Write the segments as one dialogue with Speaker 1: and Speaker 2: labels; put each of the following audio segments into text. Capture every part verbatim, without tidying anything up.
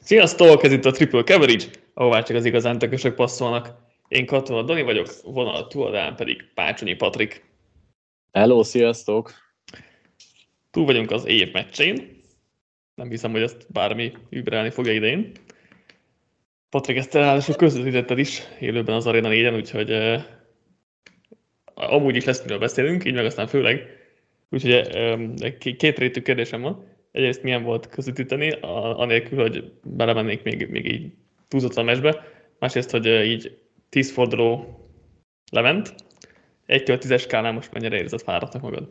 Speaker 1: Sziasztok, ez itt a Triple Coverage, ahová csak az igazán tökösök passzolnak. Én Katona Dani vagyok, vonal túladán pedig Pácsonyi Patrik.
Speaker 2: Hello, sziasztok!
Speaker 1: Túl vagyunk az év meccsén. Nem hiszem, hogy ezt bármi überelni fogja idején. Patrik, ezt ráadásul közvetítetted is élőben az Arena négyen, úgyhogy eh, amúgy is lesz, miről beszélünk, így meg aztán főleg. Úgyhogy eh, két rétű kérdésem van. Egyrészt milyen volt közvetíteni, anélkül, hogy belemennék még, még így túlzottan a meccsbe. Másrészt, hogy eh, így tíz forduló lement. Egytől tízes skálán most mennyire érzed fáradtnak magad?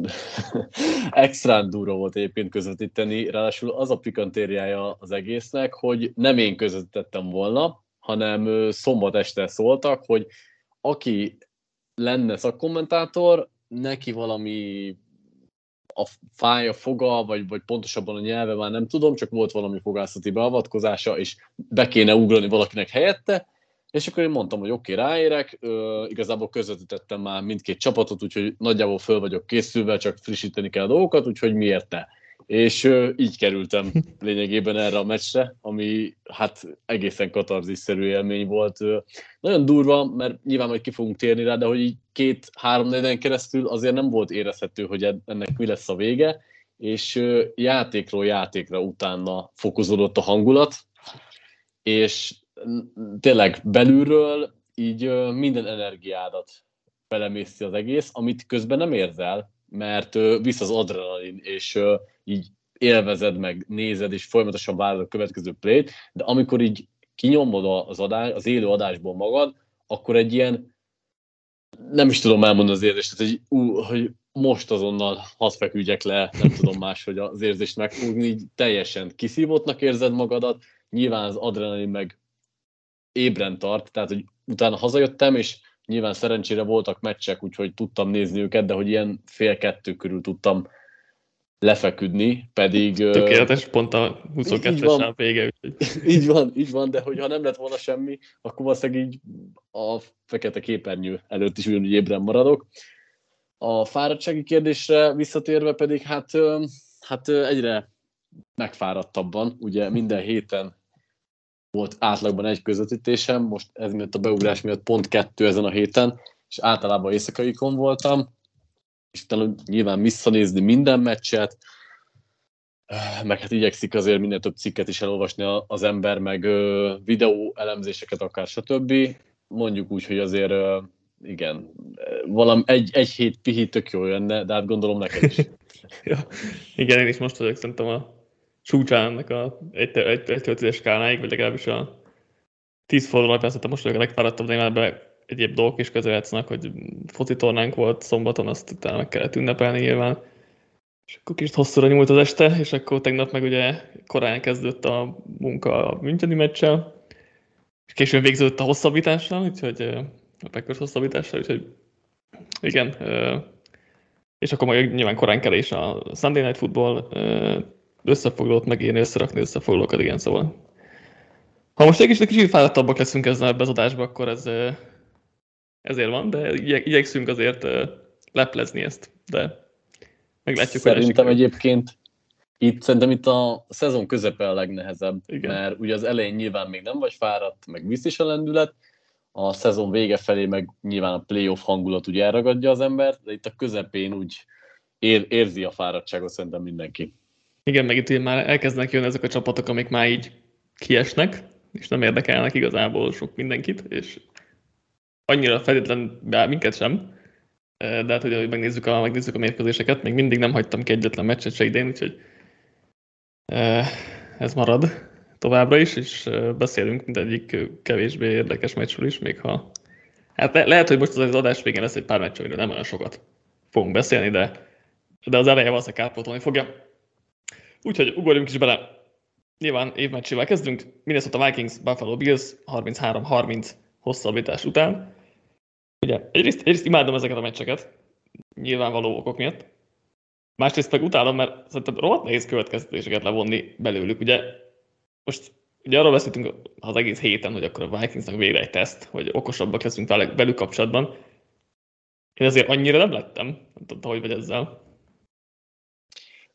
Speaker 2: Extrán durva volt egyébként közvetíteni, ráadásul az a pikantériája az egésznek, hogy nem én közvetítettem volna, hanem szombat este szóltak, hogy aki lenne szakkommentátor, neki valami a fája, foga, vagy, vagy pontosabban a nyelve, már nem tudom, csak volt valami fogászati beavatkozása, és be kéne ugrani valakinek helyette, és akkor én mondtam, hogy oké, okay, ráérek, Ö, igazából közvetítettem már mindkét csapatot, úgyhogy nagyjából föl vagyok készülve, csak frissíteni kell a dolgokat, úgyhogy miért ne? És ö, így kerültem lényegében erre a meccsre, ami hát egészen katarzisszerű élmény volt. Ö, nagyon durva, mert nyilván majd ki fogunk térni rá, de hogy így két-három negyeden keresztül azért nem volt érezhető, hogy ennek mi lesz a vége, és ö, játékról játékra utána fokozódott a hangulat, és tényleg belülről így minden energiádat belemészti az egész, amit közben nem érzel, mert vissza az adrenalin, és így élvezed meg, nézed, és folyamatosan várod a következő playt, de amikor így kinyomod az, adás, az élő adásból magad, akkor egy ilyen, nem is tudom elmondani az érzést, tehát, hogy, ú, hogy most azonnal hadd feküdjek le, nem tudom máshogy az érzést megfogni, így teljesen kiszívottnak érzed magadat, nyilván az adrenalin meg ébren tart, tehát hogy utána hazajöttem, és nyilván szerencsére voltak meccsek, úgyhogy tudtam nézni őket, de hogy ilyen fél kettő körül tudtam lefeküdni, pedig...
Speaker 1: Tökéletes, pont a huszonkettes sávv vége.
Speaker 2: Úgyhogy... így van, így van, de hogyha nem lett volna semmi, akkor valószínűleg így a fekete képernyő előtt is ugyanúgy ébren maradok. A fáradtsági kérdésre visszatérve pedig, hát, hát egyre megfáradtabban, ugye minden héten volt átlagban egy közvetítésem, most ez miatt a beugrás miatt pont kettő ezen a héten, és általában éjszakaikon voltam, és utána nyilván visszanézni minden meccset, meg hát igyekszik azért minél több cikket is elolvasni az ember, meg videó elemzéseket akár, stb. Mondjuk úgy, hogy azért igen, valami egy, egy hét pihi tök jó jönne, de hát gondolom neked is.
Speaker 1: Ja, igen, én is most vagyok szerintem a csúcsán ennek a egytől tízes skáláig, vagy legalábbis a tíz forduló alapján szerintem most vagyok a legfáradtabb, de én ebben egyéb dolgok is közelhetsznek, hogy foci tornánk volt szombaton, azt utána meg kellett ünnepelni nyilván. És akkor kicsit hosszúra nyúlt az este, és akkor tegnap meg ugye korán kezdődött a munka a Müncheni meccsel, és későn végződött a hosszabbítással, úgyhogy a Packers hosszabbítással, úgyhogy igen. És akkor majd nyilván korán kelés a Sunday Night Football összefoglalót megírni, összerakni összefoglalókat, igen, szóval. Ha most egy kicsit, kicsit fáradtabbak leszünk ezzel az adásba, akkor ez ezért van, de igyekszünk azért leplezni ezt, de meglátjuk, hogy
Speaker 2: Szerintem egyébként itt, szerintem itt a szezon közepe a legnehezebb, igen. Mert ugye az elején nyilván még nem vagy fáradt, meg visz is a lendület, a szezon vége felé meg nyilván a playoff hangulat úgy elragadja az embert, de itt a közepén úgy ér, érzi a fáradtságot szerintem mindenki.
Speaker 1: Igen, meg itt már elkezdenek jönni ezek a csapatok, amik már így kiesnek, és nem érdekelnek igazából sok mindenkit, és annyira feltétlen, bár minket sem, de hát, hogy megnézzük a, megnézzük a mérkőzéseket, még mindig nem hagytam ki egyetlen meccset se idén, úgyhogy ez marad továbbra is, és beszélünk mindegyik kevésbé érdekes meccsről is, még ha... Hát le- lehet, hogy most az adás végén lesz egy pár meccs, amiről nem olyan sokat fogunk beszélni, de, de az eleje valószínűleg kárpótolni fogja. Úgyhogy ugorjunk is bele. Nyilván évmeccsével kezdünk. Minnesota Vikings, Buffalo Bills harminchárom harminc hosszabbítás után. Ugye egyrészt, egyrészt imádom ezeket a meccseket, nyilvánvaló okok miatt. Másrészt meg utálom, mert szerintem rohadt nehéz következtetéseket levonni belőlük. Ugye most ugye arról beszéltünk az egész héten, hogy akkor a Vikingsnak végre egy teszt, hogy okosabbak leszünk velük kapcsolatban. Én azért annyira nem lettem, nem tudom, hogy vagy ezzel.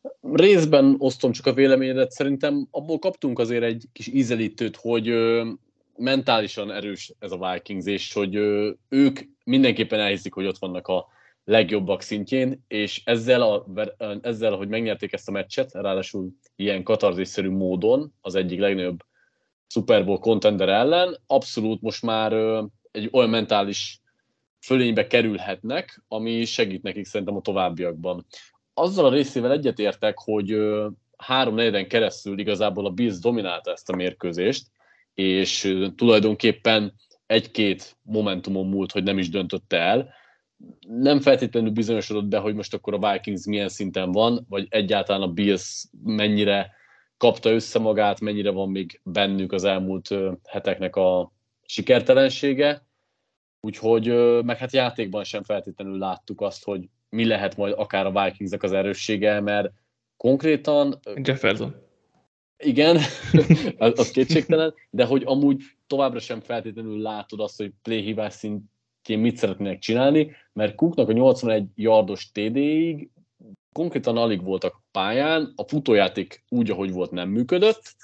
Speaker 2: Részben osztom csak a véleményedet, szerintem abból kaptunk azért egy kis ízelítőt, hogy ö, mentálisan erős ez a Vikings, és hogy ö, ők mindenképpen elhiszik, hogy ott vannak a legjobbak szintjén, és ezzel, a, ezzel, hogy megnyerték ezt a meccset, ráadásul ilyen katarzisszerű módon az egyik legnagyobb Super Bowl contender ellen, abszolút most már ö, egy olyan mentális fölénybe kerülhetnek, ami segít nekik szerintem a továbbiakban. Azzal a részével egyetértek, hogy ö, három negyeden keresztül igazából a Bills dominálta ezt a mérkőzést, és ö, tulajdonképpen egy-két momentumon múlt, hogy nem is döntötte el. Nem feltétlenül bizonyosodott be, hogy most akkor a Vikings milyen szinten van, vagy egyáltalán a Bills mennyire kapta össze magát, mennyire van még bennük az elmúlt ö, heteknek a sikertelensége. Úgyhogy, meg hát játékban sem feltétlenül láttuk azt, hogy mi lehet majd akár a Vikingsnek az erőssége, mert konkrétan...
Speaker 1: Jefferson.
Speaker 2: Igen, az, az kétségtelen, de hogy amúgy továbbra sem feltétlenül látod azt, hogy playhívás szintjén mit szeretnének csinálni, mert Cooknak a nyolcvanegy yardos té dé-ig konkrétan alig voltak pályán, a futójáték úgy, ahogy volt, nem működött,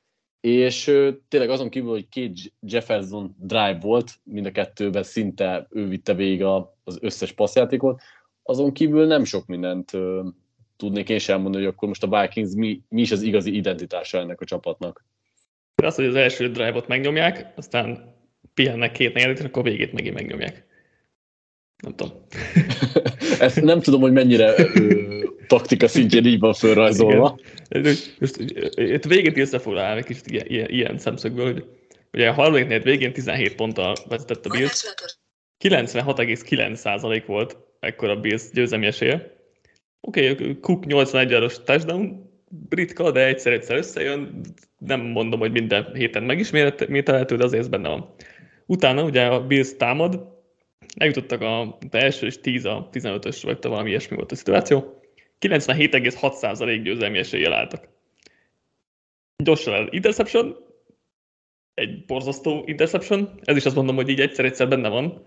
Speaker 2: és tényleg azon kívül, hogy két Jefferson drive volt, mind a kettőben szinte ő vitte végig az összes passzjátékot, azon kívül nem sok mindent uh, tudnék én sem elmondani, hogy akkor most a Vikings mi, mi is az igazi identitása ennek a csapatnak.
Speaker 1: Az, hogy az első drive-ot megnyomják, aztán pihennek két negyedet, és akkor végét megint megnyomják. Nem tudom.
Speaker 2: Ezt nem tudom, hogy mennyire ö, taktika szintjén így van fölrajzolva.
Speaker 1: Most itt végét összefoglalnám egy kicsit ilyen, ilyen, ilyen szemszögből, hogy ugye a harmadik negyed végén tizenhét ponttal vezetett a Bills, kilencvenhat egész kilenc százalék volt ekkor a Bills győzelmi esélye. Oké, okay, Cook nyolcvanegy yardos touchdown, ritka, de egyszer-egyszer összejön, nem mondom, hogy minden héten megismételhető, de azért ez benne van. Utána ugye a Bills támad, eljutottak az első és tíz a tizenötös, vagy valami ilyesmi volt a szituáció. kilencvenhét egész hat százalék győzelmi eséllyel álltak. Gyorsan el interception, egy borzasztó interception, ez is azt mondom, hogy így egyszer-egyszer benne van.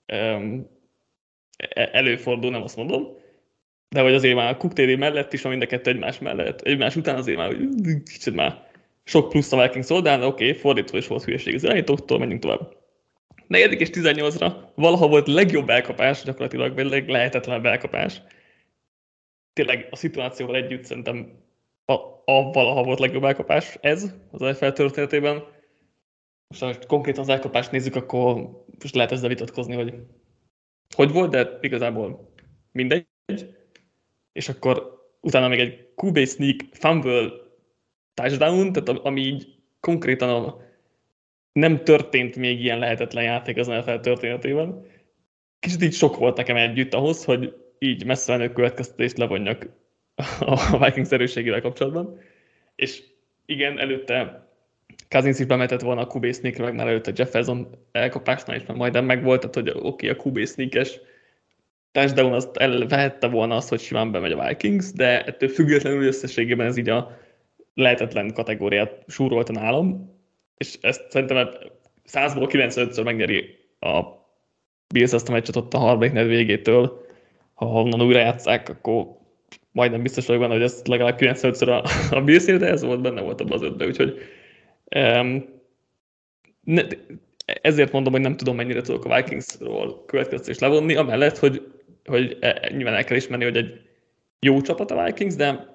Speaker 1: Előfordul, nem azt mondom. De hogy azért már a Cook té dé mellett is, van mind a kettő egymás mellett, egymás után azért már kicsit már sok plusz a Vikings oldalán, oké, okay, fordítva is volt hülyeség az irányítóktól, menjünk tovább. negyedik és tizennyolcra valaha volt legjobb elkapás, gyakorlatilag, vagy leglehetetlenebb elkapás. Tényleg a szituációval együtt szerintem a, a valaha volt legjobb elkapás ez az en ef el történetében. Most ha konkrétan az elkapást nézzük, akkor most lehet ezzel vitatkozni, hogy hogy volt, de igazából mindegy. És akkor utána még egy kú bé sneak fumble touchdown, tehát ami így konkrétan a, nem történt még ilyen lehetetlen játék az en ef el történetében. Kicsit így sok volt nekem együtt ahhoz, hogy így messze menő következtetést levonjak a Vikings erősségével kapcsolatban. És igen, előtte Cousins is bemetett volna a kú bé sneakre, meg már előtte Jefferson elkapásnál is már majdnem megvolt, tehát hogy oké, okay, a kú bé sneakes touchdown azt elvehette volna azt, hogy simán bemegy a Vikings, de ettől függetlenül összességében ez így a lehetetlen kategóriát súrolta nálam, és ezt szerintem százból kilencvenötször megnyeri a Bills azt a meccset ott a harmadik negyed végétől. Ha onnan újra játsszák, akkor majdnem biztos vagyok benne, hogy ez legalább kilencvenötször a, a Bills, de ez volt benne volt abban az ötben, úgyhogy um, ne, ezért mondom, hogy nem tudom, mennyire tudok a Vikingsról következtetést levonni, amellett, hogy, hogy nyilván el kell ismerni, hogy egy jó csapat a Vikings, de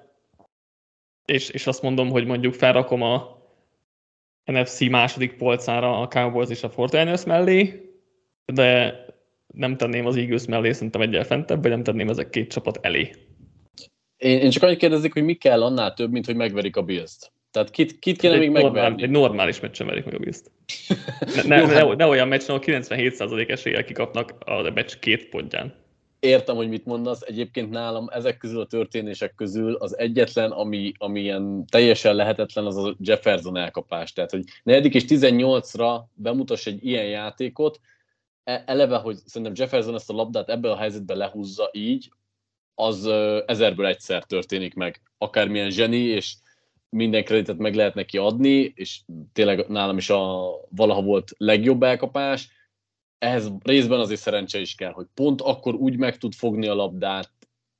Speaker 1: és, és azt mondom, hogy mondjuk felrakom a en ef cé második polcára a Cowboys és a negyvenkilencesek mellé, de nem tenném az Eagles mellé, szerintem egyel fentebb, vagy nem tenném ezek két csapat elé.
Speaker 2: Én, én csak annyit kérdezik, hogy mi kell annál több, mint hogy megverik a Bills-t. Tehát kit, kit kéne még
Speaker 1: normál,
Speaker 2: megverni?
Speaker 1: Egy normális meccsen verik meg a Bills-t. Ne, ne, ne, ne olyan meccsen, ahol kilencvenhét százalék eséllyel kikapnak a meccs két pontján.
Speaker 2: Értem, hogy mit mondasz. Egyébként nálam ezek közül a történések közül az egyetlen, ami, ami ilyen teljesen lehetetlen, az a Jefferson elkapás. Tehát, hogy negyedik és tizennyolcra bemutass egy ilyen játékot, eleve, hogy szerintem Jefferson ezt a labdát ebben a helyzetben lehúzza így, az ezerből egyszer történik meg. Akármilyen zseni, és minden kreditet meg lehet neki adni, és tényleg nálam is a valaha volt legjobb elkapás. Ehhez részben azért szerencse is kell, hogy pont akkor úgy meg tud fogni a labdát,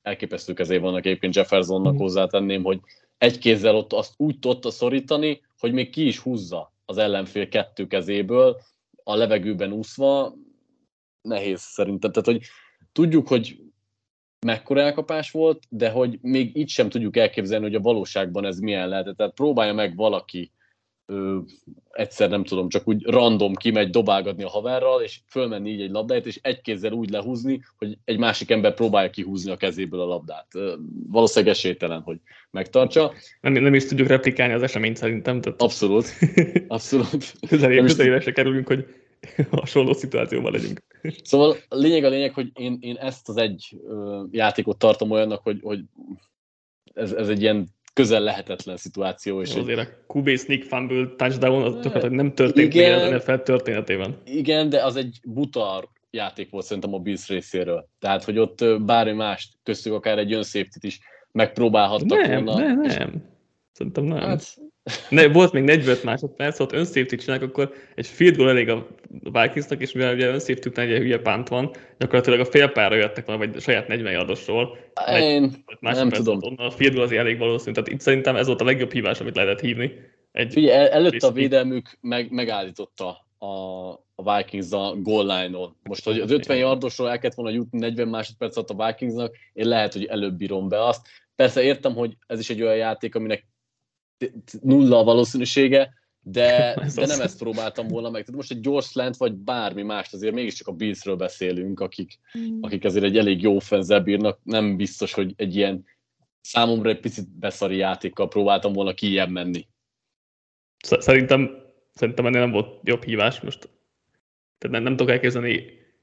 Speaker 2: elképesztő kezé vannak egyébként Jeffersonnak, hozzátenném, hogy egy kézzel ott azt úgy tudta szorítani, hogy még ki is húzza az ellenfél kettő kezéből, a levegőben úszva, nehéz szerintem. Tehát, hogy tudjuk, hogy mekkora elkapás volt, de hogy még így sem tudjuk elképzelni, hogy a valóságban ez milyen lehet. Tehát próbálja meg valaki ö, egyszer, nem tudom, csak úgy random kimegy dobálgatni a haverral, és fölmenni így egy labdáját, és egy kézzel úgy lehúzni, hogy egy másik ember próbálja kihúzni a kezéből a labdát. Ö, valószínűleg esélytelen, hogy megtartsa.
Speaker 1: Nem, nem is tudjuk replikálni az eseményt szerintem. Tehát...
Speaker 2: Abszolút. Abszolút.
Speaker 1: Közelébe se kerülünk, hogy hasonló szituációban legyünk.
Speaker 2: Szóval a lényeg a lényeg, hogy én, én ezt az egy ö, játékot tartom olyannak, hogy, hogy ez, ez egy ilyen közel lehetetlen szituáció. És
Speaker 1: azért egy... a Q B sneak fumble touchdown az gyakorlatilag nem történt még az en ef el történetében.
Speaker 2: Igen, de az egy buta játék volt szerintem a Bills részéről. Tehát, hogy ott bármi mást, köztük akár egy önsafety-t is megpróbálhattak
Speaker 1: nem,
Speaker 2: volna.
Speaker 1: Nem,
Speaker 2: és...
Speaker 1: nem. Szerintem nem.
Speaker 2: Hát...
Speaker 1: Ne, volt még negyvenöt másodperc, ott önsafety-t csinálnak, akkor egy field goal elég a Vikingsnak, és mivel ugye önsafety-től egy hülye pánt van, gyakorlatilag a félpályára jöttek volna, vagy a saját negyven yardosról.
Speaker 2: Én nem tudom.
Speaker 1: Onnan a field goal azért elég valószínű. Tehát itt szerintem ez volt a legjobb hívás, amit lehetett hívni.
Speaker 2: Egy Figyelj, el, előtt a védelmük meg, megállította a, a Vikings a goal line-on. Most, hogy az ötven yardosról el kellett volna jutni negyven másodperc alatt a Vikingsnak, én lehet, hogy előbb bírom be azt. Persze értem, hogy ez is egy olyan játék, aminek nulla a valószínűsége, de, de nem ezt próbáltam volna meg. Tehát most egy gyors slant, vagy bármi mást, azért mégiscsak a Billsről beszélünk, akik, akik azért egy elég jó offense-zel bírnak. Nem biztos, hogy egy ilyen számomra egy picit beszari játékkal próbáltam volna kijebb menni.
Speaker 1: Szerintem, szerintem ennél nem volt jobb hívás most. Tehát nem, nem tudok elképzelni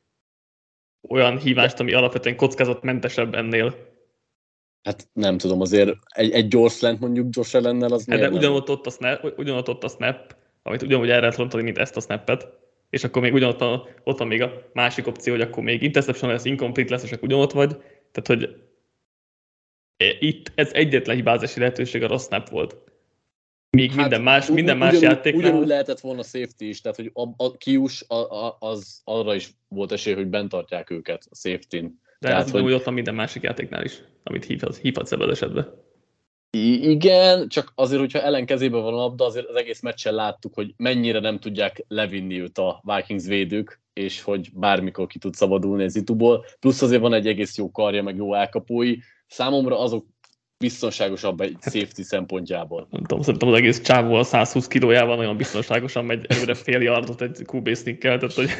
Speaker 1: olyan hívást, ami alapvetően kockázatmentesebb ennél.
Speaker 2: Hát nem tudom, azért egy, egy gyors slant mondjuk Josh Allennel az
Speaker 1: hát de ugyanott ott, a snap, ugyanott ott a snap, amit ugyanúgy el lehet rontani, mint ezt a snappet, és akkor még ugyanott a, ott van még a másik opció, hogy akkor még interception lesz, incomplete lesz, és akkor ugyanott vagy. Tehát, hogy itt ez egyetlen hibázási lehetőség a rossz snap volt. Még hát, minden más, minden más
Speaker 2: ugyanúgy,
Speaker 1: játéknál...
Speaker 2: Ugyanúgy lehetett volna safety is, tehát hogy a, a kius a, a, az arra is volt esély, hogy bent tartják őket a safety-n.
Speaker 1: De
Speaker 2: tehát,
Speaker 1: ez hogy... ott van minden másik játéknál is, amit hívhatsz, hívhatsz ebben az esetben.
Speaker 2: Igen, csak azért, hogyha Allen kezében van a labda, azért az egész meccsen láttuk, hogy mennyire nem tudják levinni őt a Vikings védők, és hogy bármikor ki tud szabadulni az ituból. Plusz azért van egy egész jó karja, meg jó elkapói. Számomra azok biztonságosabb egy safety szempontjából.
Speaker 1: Nem tudom, szerintem az egész csávó a száz húsz kilójával nagyon biztonságosan megy előre fél yardot egy Q B sneakkel, tehát hogy...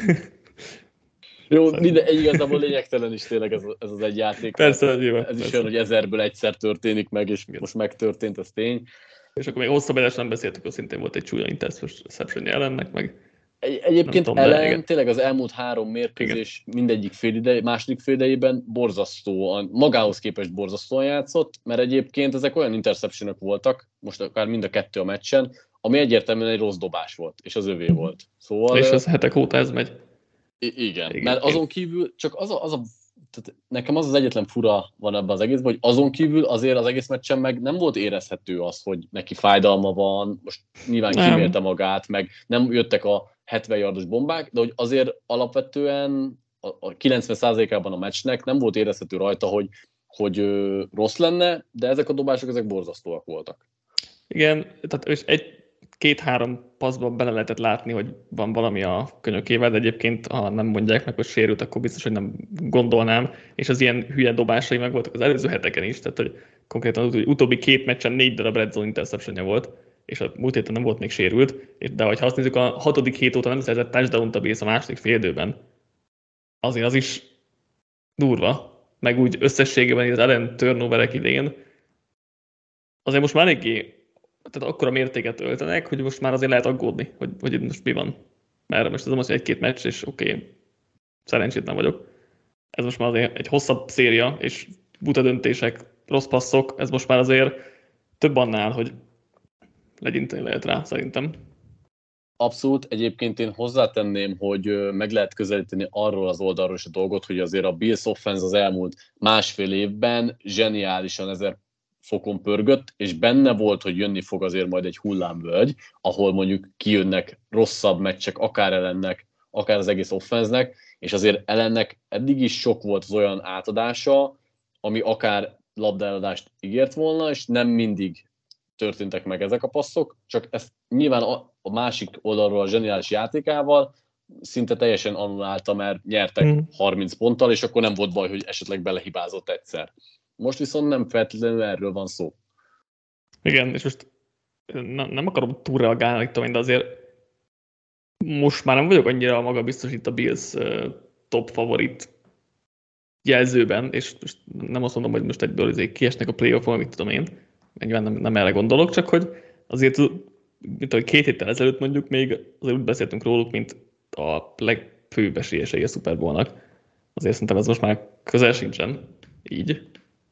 Speaker 2: Jó, minden, egy igazából lényegtelen is tényleg ez, ez az egy játék.
Speaker 1: Persze, ez, jó,
Speaker 2: ez
Speaker 1: persze.
Speaker 2: is olyan, hogy ezerből egyszer történik meg, és igen. Most megtörtént, ez tény.
Speaker 1: És akkor még hosszabb edest nem beszéltük, hogy szintén volt egy csúnya interception Allennek, meg...
Speaker 2: Egy, egyébként Allen tényleg az elmúlt három mérkőzés igen. mindegyik félidej, második félidejében borzasztóan, magához képest borzasztóan játszott, mert egyébként ezek olyan interceptionok voltak, most akár mind a kettő a meccsen, ami egyértelműen egy rossz dobás volt, és az övé volt. Szóval,
Speaker 1: és ez hetek óta ez megy.
Speaker 2: Igen, igen, mert azon kívül csak az a, az a tehát nekem az az egyetlen fura van ebben az egészben, hogy azon kívül azért az egész meccsen meg nem volt érezhető az, hogy neki fájdalma van, most nyilván kimélte magát, meg nem jöttek a hetven yardos bombák, de hogy azért alapvetően a kilencven százalékában a meccsnek nem volt érezhető rajta, hogy, hogy ö, rossz lenne, de ezek a dobások ezek borzasztóak voltak.
Speaker 1: Igen, tehát és egy két-három passzban bele lehetett látni, hogy van valami a könyökével, de egyébként, ha nem mondják meg, hogy sérült, akkor biztos, hogy nem gondolnám, és az ilyen hülye dobásai meg voltak az előző heteken is, tehát hogy konkrétan az utóbbi két meccsen négy darab red zone interceptionje volt, és a múlt héten nem volt még sérült, de ha azt nézzük, a hatodik hét óta nem szerzett touchdown-t a Bills a második félidőben. Azért az is durva, meg úgy összességében az Allen turnoverek idején. Azért most már eléggé tehát akkora mértéket öltenek, hogy most már azért lehet aggódni, hogy, hogy itt most mi van. Mert most ez most egy-két meccs, és oké, okay, szerencsétlen vagyok. Ez most már azért egy hosszabb széria, és buta döntések, rossz passzok, ez most már azért több annál, hogy legyinteni lehet rá, szerintem.
Speaker 2: Abszolút. Egyébként én hozzátenném, hogy meg lehet közelíteni arról az oldalról is a dolgot, hogy azért a Bills offense az elmúlt másfél évben zseniálisan ezer fokon pörgött, és benne volt, hogy jönni fog azért majd egy hullámvölgy, ahol mondjuk kijönnek rosszabb meccsek, akár Allennek, akár az egész offense-nek, és azért Allennek eddig is sok volt az olyan átadása, ami akár labdaeladást ígért volna, és nem mindig történtek meg ezek a passzok, csak ezt nyilván a, a másik oldalról a zseniális játékával szinte teljesen annulálta, mert nyertek mm. harminc ponttal, és akkor nem volt baj, hogy esetleg belehibázott egyszer. Most viszont nem feltétlenül erről van szó.
Speaker 1: Igen, és most ne, nem akarom túlreagálni, de azért most már nem vagyok annyira magabiztos itt a Bills uh, top favorit jelzőben, és most nem azt mondom, hogy most egyből azért kiesnek a playoff-on, mit tudom én, nyilván nem, nem erre gondolok, csak hogy azért mint ahogy két héttel ezelőtt mondjuk még azért úgy beszéltünk róluk, mint a legfőbb esélyesei a Super Bowl-nak. Azért szerintem ez most már közel sincsen így.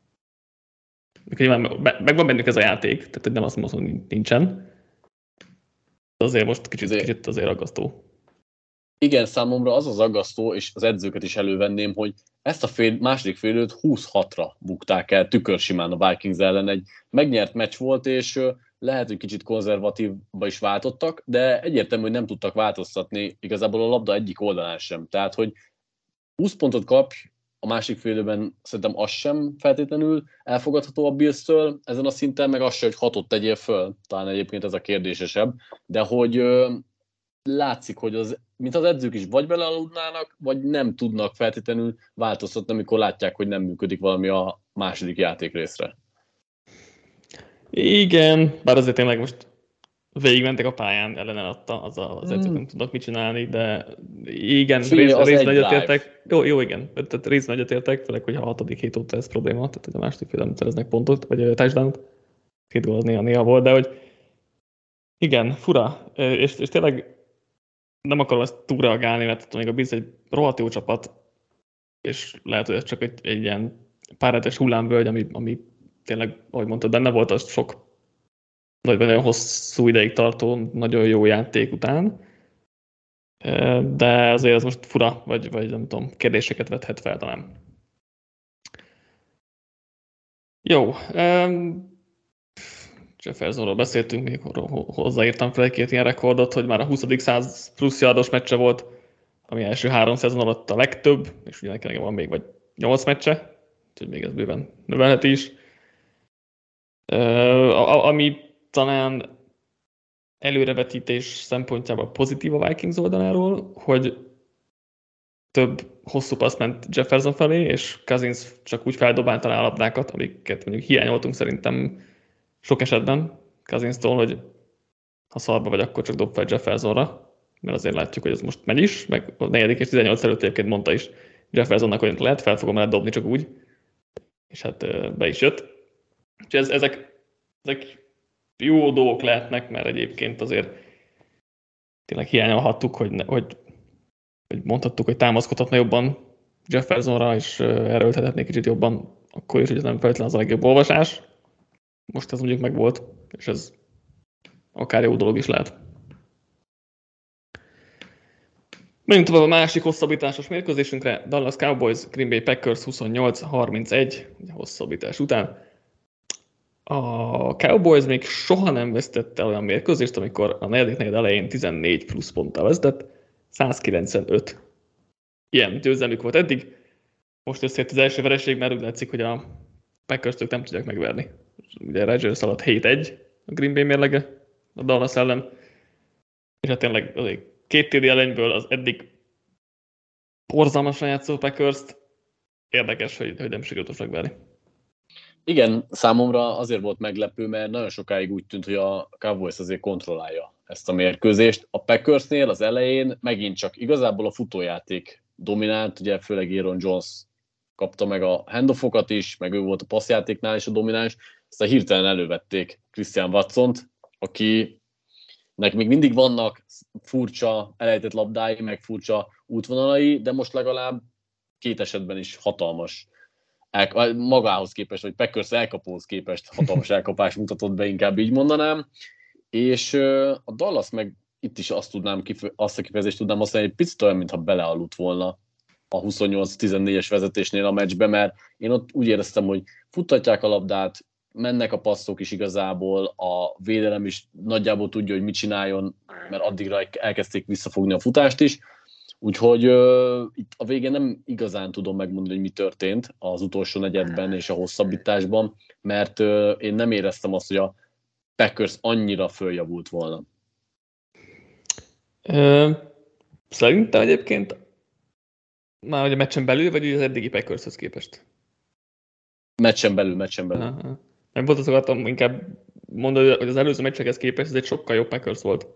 Speaker 1: Meg van bennük ez a játék, tehát nem azt mondom, hogy nincsen. De azért most kicsit, azért, kicsit azért aggasztó.
Speaker 2: Igen, számomra az az aggasztó, és az edzőket is elővenném, hogy ezt a fél, második félidőt húsz hatra bukták el tükörsimán a Vikings ellen. Egy megnyert meccs volt, és lehet, hogy kicsit konzervatívba is váltottak, de egyértelmű, hogy nem tudtak változtatni igazából a labda egyik oldalán sem. Tehát, hogy húsz pontot kapj a másik félidőben, szerintem az sem feltétlenül elfogadható a Bills-től ezen a szinten, meg az sem, hogy hatot tegyél föl. Talán egyébként ez a kérdésesebb, de hogy látszik, hogy az, mint az edzők is vagy belealudnának, vagy nem tudnak feltétlenül változtatni, amikor látják, hogy nem működik valami a második játékrészre.
Speaker 1: Igen, bár azért tényleg most végigmentek a pályán, ellenen adta, az az edzők mm. nem tudnak mit csinálni, de igen, részben rész egyetértek. Jó, jó, igen, tehát részben egyetértek, főleg, hogyha a hatodik hét óta ez probléma, tehát hogy a második fél nem szereznek pontot, vagy touchdownot, két gól az néha-néha volt, de hogy igen, fura, és, és tényleg nem akarom ezt túlreagálni, mert még a Bills egy rohadt jó csapat, és lehet, hogy ez csak egy, egy ilyen párhetes hullámvölgy, ami, ami tényleg, ahogy mondtad, benne volt az sok nagyon hosszú ideig tartó, nagyon jó játék után, de azért ez most fura, vagy, vagy nem tudom, kérdéseket vethet fel talán. Jó, Jeffersonról beszéltünk, még hozzáírtam fel egy-két ilyen rekordot, hogy már a huszadik száz plusz yardos meccse volt, ami első három szezon alatt a legtöbb, és ugye nekem van még vagy nyolc meccse, úgyhogy még ez bőven növelheti is. Uh, ami talán előrevetítés szempontjából pozitív a Vikings oldaláról, hogy több hosszú passz ment Jefferson felé, és Cousins csak úgy feldobálta rá a labdákat, amiket mondjuk hiányoltunk szerintem sok esetben Cousinstól, hogy ha szarba vagy, akkor csak dob fel Jeffersonra, mert azért látjuk, hogy ez most megy is, meg a negyedik és tizennyolc előtt egyébként mondta is Jeffersonnak, hogy lehet, fel fogom el dobni csak úgy, és hát be is jött. Úgyhogy ez, ezek, ezek jó dolgok lehetnek, mert egyébként azért tényleg hiányolhattuk, hogy, ne, hogy, hogy mondhattuk, hogy támaszkodhatna jobban Jeffersonra, és erőltethetné kicsit jobban, akkor is, hogy ez nem feltétlenül az a legjobb olvasás. Most ez mondjuk megvolt, és ez akár jó dolog is lehet. Menjünk tovább a másik hosszabbításos mérkőzésünkre. Dallas Cowboys, Green Bay Packers huszonnyolc harmincegy, hosszabbítás után. A Cowboys még soha nem vesztette olyan mérkőzést, amikor a negyedik negyed elején tizennégy plusz ponttal vezetett, száz kilencvenöt. Ilyen győzelmük volt eddig. Most összejött az első vereség, mert úgy látszik, hogy a Packers-től nem tudják megverni. Ugye Rodgers alatt hét egy a Green Bay mérlege a Dallas ellen, és hát tényleg azért két té dé előnyből az eddig borzalmasan játszó Packers-t érdekes, hogy, hogy nem sikerült megverni.
Speaker 2: Igen, számomra azért volt meglepő, mert nagyon sokáig úgy tűnt, hogy a Cowboys azért kontrollálja ezt a mérkőzést. A Packersnél az elején megint csak igazából a futójáték dominált, ugye főleg Aaron Jones kapta meg a handoffokat is, meg ő volt a passzjátéknál is a domináns, aztán hirtelen elővették Christian Watsont, akinek még mindig vannak furcsa elejtett labdái, meg furcsa útvonalai, de most legalább két esetben is hatalmas El, magához képest, vagy Packers elkapóhoz képest hatalmas elkapás mutatott be, inkább így mondanám. És a Dallas meg itt is azt tudnám, azt a kifejezést tudnám használni, hogy picit olyan, mintha belealudt volna a huszonnyolc tizennégyes vezetésnél a meccsbe, mert én ott úgy éreztem, hogy futtatják a labdát, mennek a passzok is igazából, a védelem is nagyjából tudja, hogy mit csináljon, mert addigra elkezdték visszafogni a futást is. Úgyhogy uh, itt a végén nem igazán tudom megmondani, hogy mi történt az utolsó negyedben és a hosszabbításban, mert uh, én nem éreztem azt, hogy a Packers annyira följavult volna.
Speaker 1: Ö, szerintem egyébként már hogy a meccsen belül, vagy az eddigi Packershoz képest?
Speaker 2: Meccsen belül, meccsen belül.
Speaker 1: Aha. Nem volt, azt akartam inkább mondani, hogy az előző meccsekhez képest ez egy sokkal jobb Packers volt.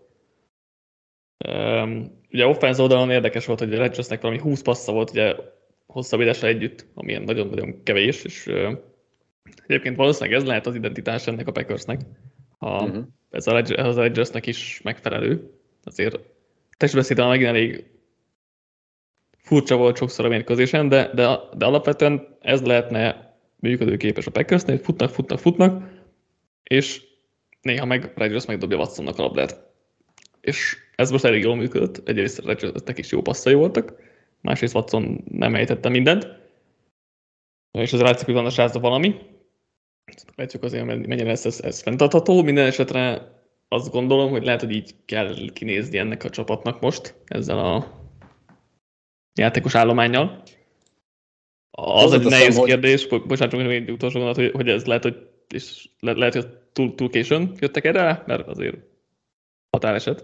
Speaker 1: Um, ugye offense oldalon érdekes volt, hogy a Rodgersnek valami húsz passza volt ugye hosszabbításra együtt, ami nagyon-nagyon kevés, és uh, egyébként valószínűleg ez lehet az identitás ennek a Packersnek, ha uh-huh. ez a, ez a Rodgersnek is megfelelő. Azért testbeszédben megint elég furcsa volt sokszor a mérkőzésen, de, de, de alapvetően ez lehetne működőképes a Packersnél, hogy futnak, futnak, futnak, és néha meg Rodgers megdobja Watsonnak a labdát. És ez most elég jól működött, egyrészt Rodgersnek is jó passzai voltak, másrészt Watson nem ejtette mindent, és ez látszik, hogy van a srácban valami. Látjuk azért, mennyire lesz ez, ez fenntartható. Minden esetre azt gondolom, hogy lehet, hogy így kell kinézni ennek a csapatnak most, ezzel a játékos állománnyal. Az egy nehéz hogy... kérdés, bocsánat, csak egy utolsó gondolat, hogy, hogy ez lehet, hogy, és le, lehet, hogy túl, túl későn jöttek erre, mert azért határeset.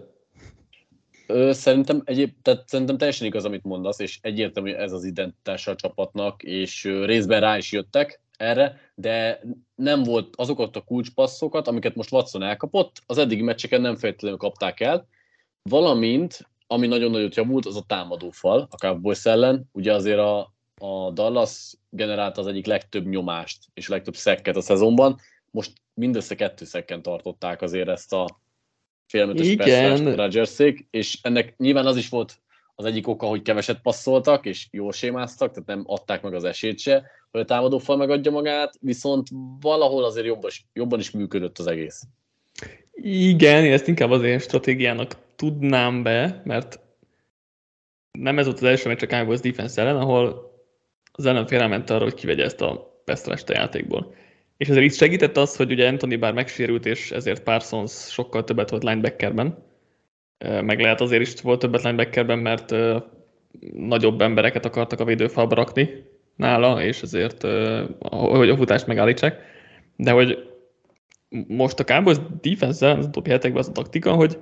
Speaker 2: Ö, szerintem, egyéb, tehát szerintem teljesen igaz, amit mondasz, és egyértelmű, hogy ez az identitása a csapatnak, és részben rá is jöttek erre, de nem volt azokat a kulcspasszokat, amiket most Watson elkapott, az eddigi meccseken nem feltétlenül kapták el, valamint, ami nagyon nagyot javult, az a támadófal a Cowboys ellen. Ugye azért a, a Dallas generálta az egyik legtöbb nyomást és legtöbb szekket a szezonban, most mindössze kettő szekken tartották azért ezt a félmetes passzrást Rodgersék, és ennek nyilván az is volt az egyik oka, hogy keveset passzoltak, és jól sémáztak, tehát nem adták meg az esélyt se, hogy a támadófal megadja magát, viszont valahol azért jobban, jobban is működött az egész.
Speaker 1: Igen, én ezt inkább azért stratégiának tudnám be, mert nem ez volt az első meccs a Cowboys defense ellen, ahol az ellenfél elment arra, hogy kivegye ezt a passzrást a játékból. És ezért itt segített az, hogy ugye Anthony bár megsérült, és ezért Parsons sokkal többet volt linebackerben. Meg lehet azért is volt többet linebackerben, mert nagyobb embereket akartak a védőfalba rakni nála, és ezért, hogy a futást megállítsák. De hogy most a Cowboys defense-zel az utóbbi hetekben az a taktika, hogy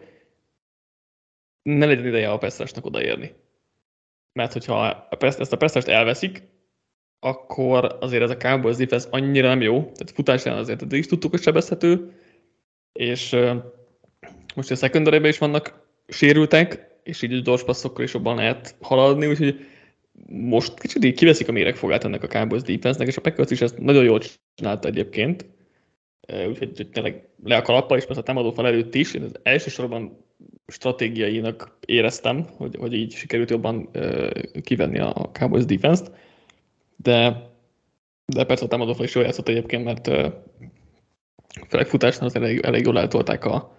Speaker 1: ne legyen ideje a passzrásnak odaérni. Mert hogyha ezt a passzrást elveszik, akkor azért ez a Cowboys defense annyira nem jó, tehát futás ellen azért is tudtuk, hogy sebezhető, és uh, most a secondary-ben is vannak sérültek, és így a gyors passzokkal is jobban lehet haladni, úgyhogy most kicsit így kiveszik a méregfogát ennek a Cowboys defense-nek, és a Packers is ezt nagyon jól csinálta egyébként, uh, úgyhogy tényleg le a kalappal, és persze a támadófal előtt is, én az elsősorban stratégiainak éreztem, hogy, hogy így sikerült jobban uh, kivenni a Cowboys defense-t, De, de persze a támadófal is jól játszott egyébként, mert uh, főleg futásnál az elég, elég jól eltolták a,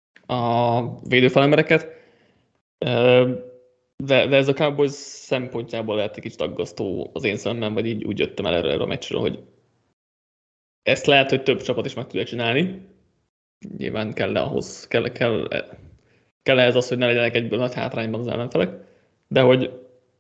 Speaker 1: a védőfalembereket. Uh, de, de ez a Cowboys szempontjából lehet egy kicsit aggasztó az én szememben, vagy így úgy jöttem el erre, erre a meccsről, hogy ezt lehet, hogy több csapat is meg tudja csinálni. Nyilván kell ahhoz, kell, kell, kell ehhez az, hogy ne legyenek egyből nagy hátrányban az ellenfelek, de hogy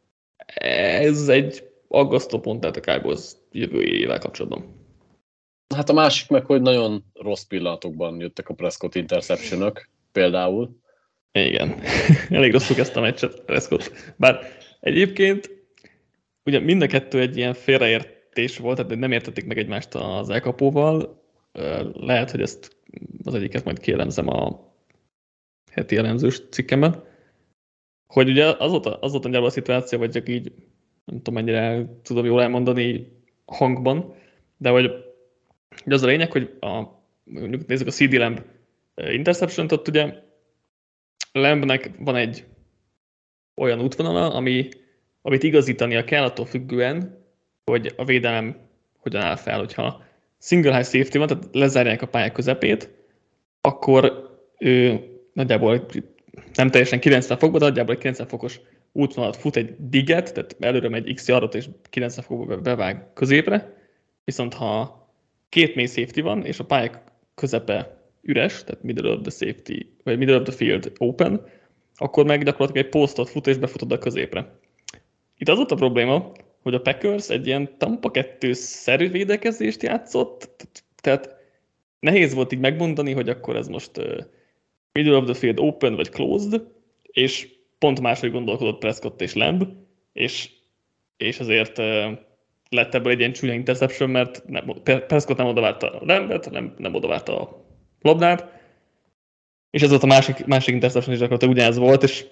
Speaker 1: ez egy aggasztó pont, tehát a Cowboys jövőjével kapcsolatban.
Speaker 2: Hát a másik meg, hogy nagyon rossz pillanatokban jöttek a Prescott interceptionök, például.
Speaker 1: Igen, elég rosszul kezdte a meccset Prescott. Bár egyébként ugye mind a kettő egy ilyen félreértés volt, tehát nem értették meg egymást az elkapóval. Lehet, hogy ezt az egyiket majd kielemzem a heti elemzős cikkemben. Hogy ugye az volt a, az volt a, a szituáció, vagy csak így nem tudom, mennyire tudom jól elmondani hangban, de hogy az a lényeg, hogy a, mondjuk nézzük a cé dé Lamb interception-t, ott ugye Lambnek van egy olyan útvonala, ami, amit igazítania kell attól függően, hogy a védelem hogyan áll fel. Hogyha single high safety van, tehát lezárják a pályák közepét, akkor ő nagyjából nem teljesen kilencven fokba, de nagyjából egy kilencven fokos útvonalat fut egy diget, tehát előre megy x yardot és kilencven fokba bevág középre, viszont ha két mély safety van, és a pályák közepe üres, tehát middle of the safety, vagy middle of the field open, akkor meg gyakorlatilag egy posztot fut és befutod a középre. Itt az volt a probléma, hogy a Packers egy ilyen Tampa kettő-szerű védekezést játszott, tehát nehéz volt így megmondani, hogy akkor ez most middle of the field open vagy closed, és pont máshogy gondolkodott Prescott és Lamb, és, és azért lett ebből egy ilyen csúnya interception, mert nem, Prescott nem odavárta a Lambet, nem, nem odavárta a labdát, és ez volt a másik, másik interception is gyakorlatilag ugyanez volt, és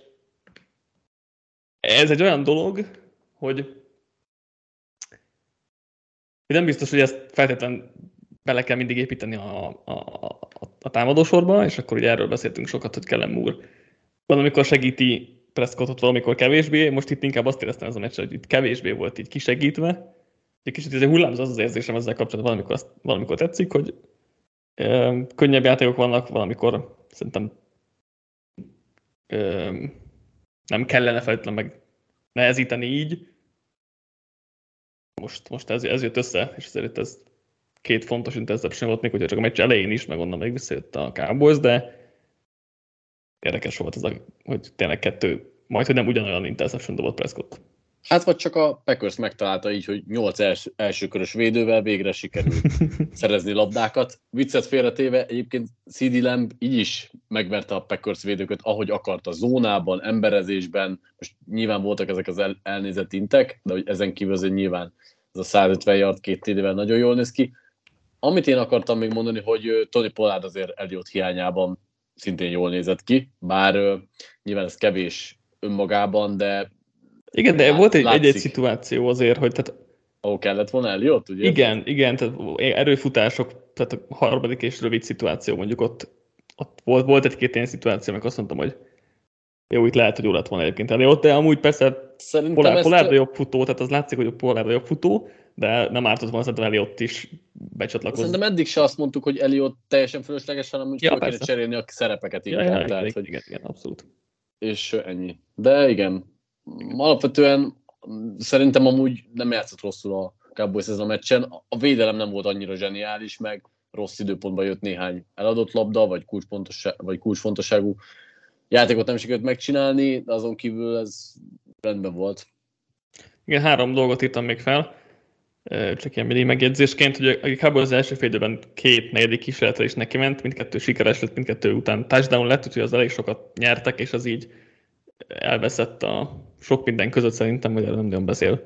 Speaker 1: ez egy olyan dolog, hogy nem biztos, hogy ezt feltétlenül bele kell mindig építeni a, a, a, a támadósorba, és akkor ugye erről beszéltünk sokat, hogy Kellen Moore valamikor segíti Prescottot, valamikor kevésbé. Most itt inkább azt éreztem ez a meccs, hogy itt kevésbé volt így kisegítve. Egy kicsit ez egy hullámzó az az érzésem ezzel kapcsolatban, valamikor, azt, valamikor tetszik, hogy ö, könnyebb játékok vannak, valamikor szerintem ö, nem kellene feltétlenül meg nehezíteni így. Most, most ez, ez jött össze, és azért ez két fontos interception volt még, hogyha csak a meccs elején is, meg onnan még visszajött a Cowboys, de érdekes volt ez, a, hogy tényleg kettő, majd hogy nem ugyanolyan interception dobott Prescott.
Speaker 2: Hát vagy csak a Packers megtalálta így, hogy nyolc els, elsőkörös védővel végre sikerült szerezni labdákat. Viccet félretéve, egyébként cé dé Lamb így is megverte a Packers védőket, ahogy akarta, zónában, emberezésben. Most nyilván voltak ezek az el, elnézett intek, de hogy ezen kívül azért nyilván ez a százötven yard két té dé-vel nagyon jól néz ki. Amit én akartam még mondani, hogy Tony Pollard azért Elliott hiányában szintén jól nézett ki, bár uh, nyilván ez kevés önmagában, de
Speaker 1: igen, de lát, volt egy, egy-egy szituáció azért, hogy tehát
Speaker 2: ahol kellett volna Elliott, ugye?
Speaker 1: Igen, igen, tehát erőfutások, tehát a harmadik és rövid szituáció, mondjuk ott, ott volt, volt egy-két ilyen szituáció, meg azt mondtam, hogy jó, itt lehet, hogy jó lett volna egyébként Elliott, de amúgy persze Pollard, Pollard a jobb futó, tehát az látszik, hogy a Pollard a jobb futó, de nem ártott volna szerintem Elliott is becsatlakozni.
Speaker 2: Szerintem eddig se azt mondtuk, hogy Elliott teljesen fölösleges, hanem úgy ja, fel kéne cserélni a szerepeket inkább.
Speaker 1: Ja, ja,
Speaker 2: tehát,
Speaker 1: igen,
Speaker 2: hogy...
Speaker 1: igen, igen, abszolút.
Speaker 2: És ennyi. De igen, alapvetően szerintem amúgy nem játszott rosszul a Cowboys ezen a meccsen. A védelem nem volt annyira zseniális, meg rossz időpontban jött néhány eladott labda, vagy, vagy kulcsfontosságú játékot nem sikerült megcsinálni, de azon kívül ez rendben volt.
Speaker 1: Igen, három dolgot írtam még fel, csak ilyen mini megjegyzésként, hogy a Cowboys az első fél időben két negyedik kísérletre is neki ment, mindkettő sikeres lett, mindkettő után touchdown lett, úgyhogy az elég sokat nyertek, és az így elveszett a sok minden között szerintem, hogy erről nem nagyon beszél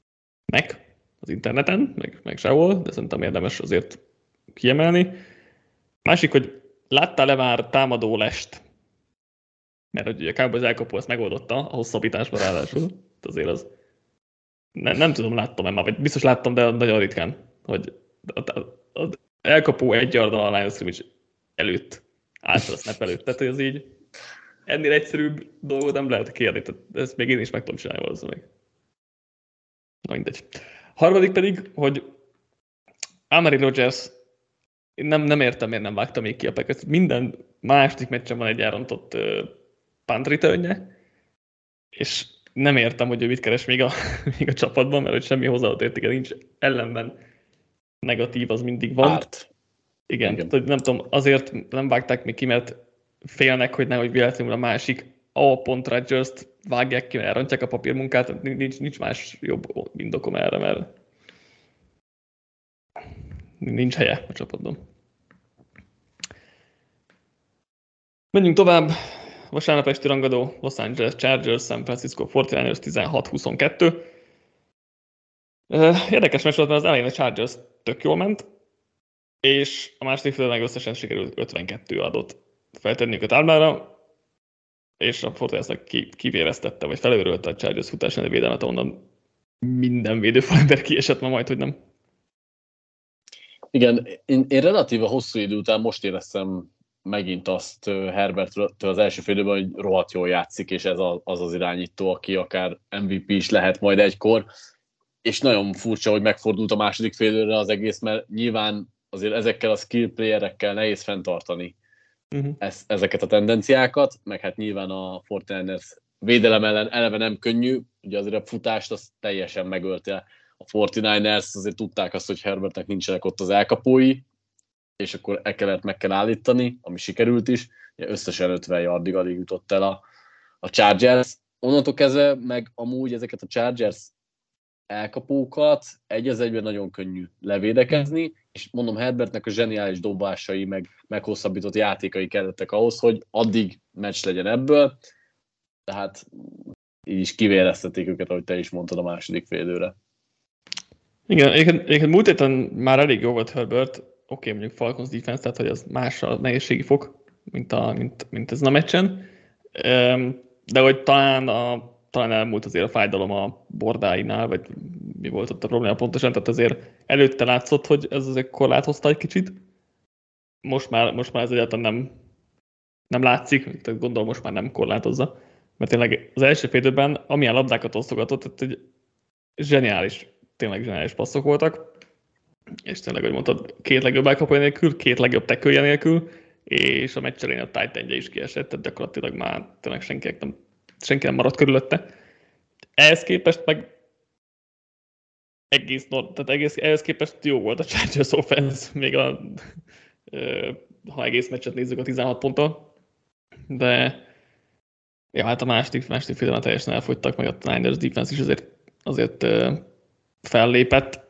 Speaker 1: meg az interneten, meg, meg sehol, de szerintem érdemes azért kiemelni. Másik, hogy láttál-e már támadó lest? Mert hogy a Cowboys elkapó ezt megoldotta a hosszabbításban ráadásul. Azért az nem, nem tudom, láttam-e már, vagy biztos láttam, de nagyon ritkán, hogy az elkapó egy yarddal a line of scrimmage előtt, által a snap előtt. Tehát, hogy az így ennél egyszerűbb dolgot nem lehet kérni, tehát ezt még én is meg tudom csinálni valószínűleg. Na mindegy. Harmadik pedig, hogy Amari Rodgers, nem, nem értem, miért nem vágta még ki a Packers. Minden második meccsen van egy elrontott uh, punt returnje, és nem értem, hogy ő mit keres még a, még a csapatban, mert hogy semmi hozzáadott értéke nincs, ellenben negatív az mindig van. Árt. Igen, Igen. Tehát, nem tudom, azért nem vágták még ki, mert félnek, hogy nehogy véletlenül a másik A. Rodgers-t vágják ki, mert elrontják a papírmunkát, nincs, nincs más jobb indokom erre, mert nincs helye a csapatban. Menjünk tovább. Vasárnap esti rangadó Los Angeles Chargers, San Francisco negyvenkilencesek tizenhat huszonkettő. Érdekes meccs volt, mert az elején a Chargers tök jól ment, és a második félben meg összesen sikerült ötvenkettő adott feltenniük a táblára, és a fortinanders kivéreztette, vagy felőrölte a Chargers futás elleni védelmet, ahonnan minden védőfalember kiesett ma majd, hogy nem.
Speaker 2: Igen, én, én relatíve hosszú idő után most éreztem megint azt Herbertről az első fél időben, hogy rohadt jól játszik, és ez az az irányító, aki akár em vé pé is lehet majd egykor, és nagyon furcsa, hogy megfordult a második fél időre az egész, mert nyilván azért ezekkel a skill playerekkel nehéz fenntartani uh-huh. ez, ezeket a tendenciákat, meg hát nyilván a fortinanders védelem ellen eleve nem könnyű, ugye azért a futást azt teljesen megölte a fortinanders, azért tudták azt, hogy Herbertnek nincsenek ott az elkapói, és akkor Ekelert meg kell állítani, ami sikerült is. Összesen ötven yardig alig jutott el a a Chargers. Onnantól kezdve meg amúgy ezeket a Chargers elkapókat egy az egyben nagyon könnyű levédekezni, és mondom, Herbertnek a zseniális dobásai, meg meghosszabbított játékai kellettek ahhoz, hogy addig meccs legyen ebből, tehát így is kivéreztették őket, ahogy te is mondtad a második félidőre.
Speaker 1: Igen, egyébként, egyébként múlt héten már elég jó volt Herbert, oké, okay, mondjuk Falcons defense, tehát hogy az más a nehézségi fok, mint, a, mint, mint ezen a meccsen, de hogy talán, a, talán elmúlt azért a fájdalom a bordáinál, vagy mi volt ott a probléma pontosan, tehát azért előtte látszott, hogy ez azért korlátozta egy kicsit. Most már, most már ez egyáltalán nem, nem látszik, tehát gondolom most már nem korlátozza, mert tényleg az első fél időben, amilyen labdákat osztogatott, tehát egy zseniális, tényleg zseniális passzok voltak, és tényleg, hogy mondtad, két legjobb elkapója nélkül, két legjobb tekője nélkül, és a meccs elején a tight endje is kiesett, tehát gyakorlatilag már tényleg senki nem, senki nem maradt körülötte. Ehhez képest meg egész, tehát egész, ehhez képest jó volt a Chargers offense, még a, ha egész meccset nézzük a tizenhat ponttal, de ja, hát a második, második fél teljesen elfogytak, meg a Niners defense is azért, azért fellépett.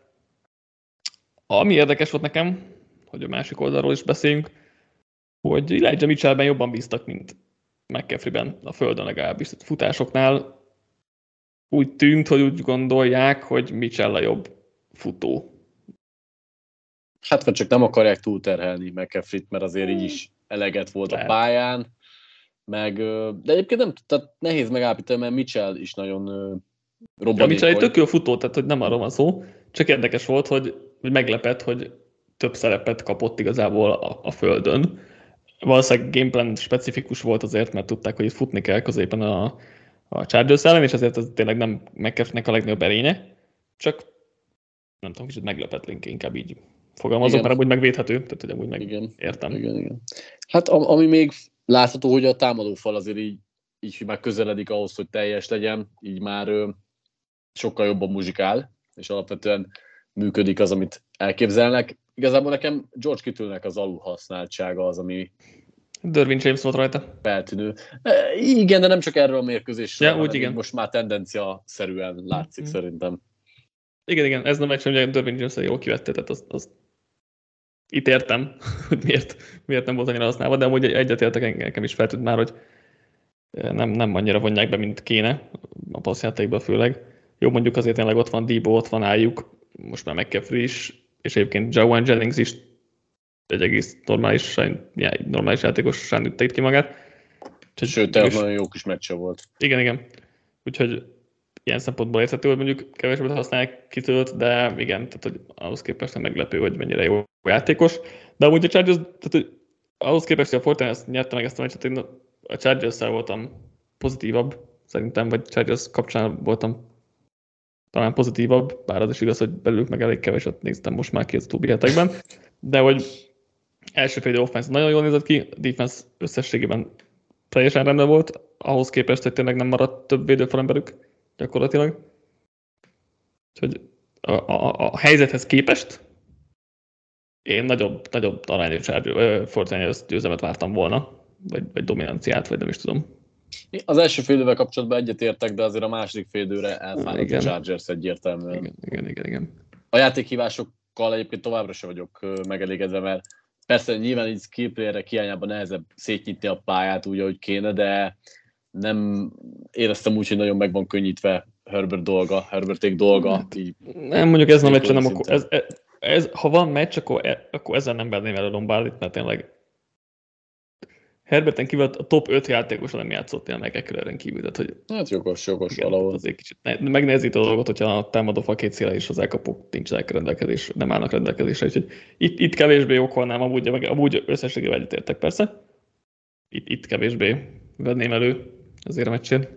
Speaker 1: Ami érdekes volt nekem, hogy a másik oldalról is beszéljünk, hogy Elijah Mitchellben jobban bíztak, mint McCaffreyben, a földön legalábbis. A futásoknál úgy tűnt, hogy úgy gondolják, hogy Mitchell a jobb futó.
Speaker 2: Hát vagy csak nem akarják túlterhelni McCaffreyt, mert azért így is eleget volt Lehet. a pályán, meg, de egyébként nem, tehát nehéz megállapítani, mert Mitchell is nagyon robbanékony.
Speaker 1: A Mitchell egy tök jó futó, tehát hogy nem arról van szó, csak érdekes volt, hogy, hogy meglepett, hogy több szerepet kapott igazából a, a földön. Valószínűleg gameplan specifikus volt azért, mert tudták, hogy itt futni kell középen a, a Chargers ellen, és azért ez tényleg nem McCaffreynek a legnagyobb erénye, csak nem tudom, kicsit meglepett link, inkább így fogalmazok, mert amúgy megvédhető, tehát hogy amúgy meg igen. értem.
Speaker 2: Igen, igen. Hát ami még látható, hogy a támadófal azért így, így már közeledik ahhoz, hogy teljes legyen, így már ö, sokkal jobban muzsikál, és alapvetően működik az, amit elképzelnek. Igazából nekem George Kittle-nek az alulhasználtsága az, ami
Speaker 1: Derwin James volt rajta.
Speaker 2: Feltűnő. E, igen, de nem csak erről a mérkőzésről,
Speaker 1: ja, úgy igen.
Speaker 2: Most már tendencia-szerűen látszik mm-hmm. szerintem.
Speaker 1: Igen, igen, ez nem egy sem, hogy Derwin James-el jól kivette, tehát azt, azt itt értem, hogy miért, miért nem volt annyira használva, de amúgy egyetértek, nekem is feltűnt már, hogy nem, nem annyira vonják be, mint kéne, a passzjátékban főleg. Jó, mondjuk azért tényleg ott van Debo, ott van Ayuk, most már McCaffrey is, és egyébként Jawan Jennings is egy egész normális, normális játékosan nőtte itt ki magát.
Speaker 2: Sőt, tehát nagyon jó kis meccse volt.
Speaker 1: Igen, igen. Úgyhogy ilyen szempontból érthető, hogy mondjuk kevesebbet használják Kittle-t, de igen, tehát hogy ahhoz képest nem meglepő, hogy mennyire jó játékos. De amúgy a Chargers, tehát hogy ahhoz képest, hogy a Fortnite nyerte meg ezt a meccset, én a Chargers-szel voltam pozitívabb, szerintem, vagy Chargers kapcsán voltam talán pozitívabb, bár az is igaz, hogy belőlük meg elég keveset néztem most már ki az utóbbi hetekben, de hogy első fél offense nagyon jól nézett ki, a defense összességében teljesen rendben volt, ahhoz képest, hogy tényleg nem maradt több védőfalemberük gyakorlatilag. Úgyhogy a, a, a helyzethez képest én nagyobb, nagyobb arányú Fortnite győzelmet vártam volna, vagy, vagy dominanciát, vagy nem is tudom.
Speaker 2: Az első fél idővel kapcsolatban egyetértek, de azért a második fél időre elfáradt a Chargers egyértelműen.
Speaker 1: Igen, igen, igen, igen.
Speaker 2: A játékhívásokkal egyébként továbbra sem vagyok megelégedve, mert persze nyilván így skillplayerek hiányában nehezebb szétnyitni a pályát úgy, ahogy kéne, de nem éreztem úgy, hogy nagyon meg van könnyítve Herbert dolga, Herberték dolga. Így
Speaker 1: nem, mondjuk ez a meccs, nem, akkor ez, ez, ez, ha van meccs, akkor, e, akkor ezzel nem venném el a Lombardit, mert tényleg Herberten kívül a top öt játékosa nem játszott tényleg Eckler-en kívül. Tehát, hogy
Speaker 2: hát jogos, jogos
Speaker 1: igen,
Speaker 2: valahol.
Speaker 1: Azért kicsit megnehezít a dolgot, hogyha a támadó fal két széle és az elkapók nincsenek rendelkezés, nem állnak rendelkezésre. Úgyhogy itt, itt kevésbé okolnám, amúgy, amúgy összességében egyetértek persze. Itt, itt kevésbé venném elő azért a meccsén.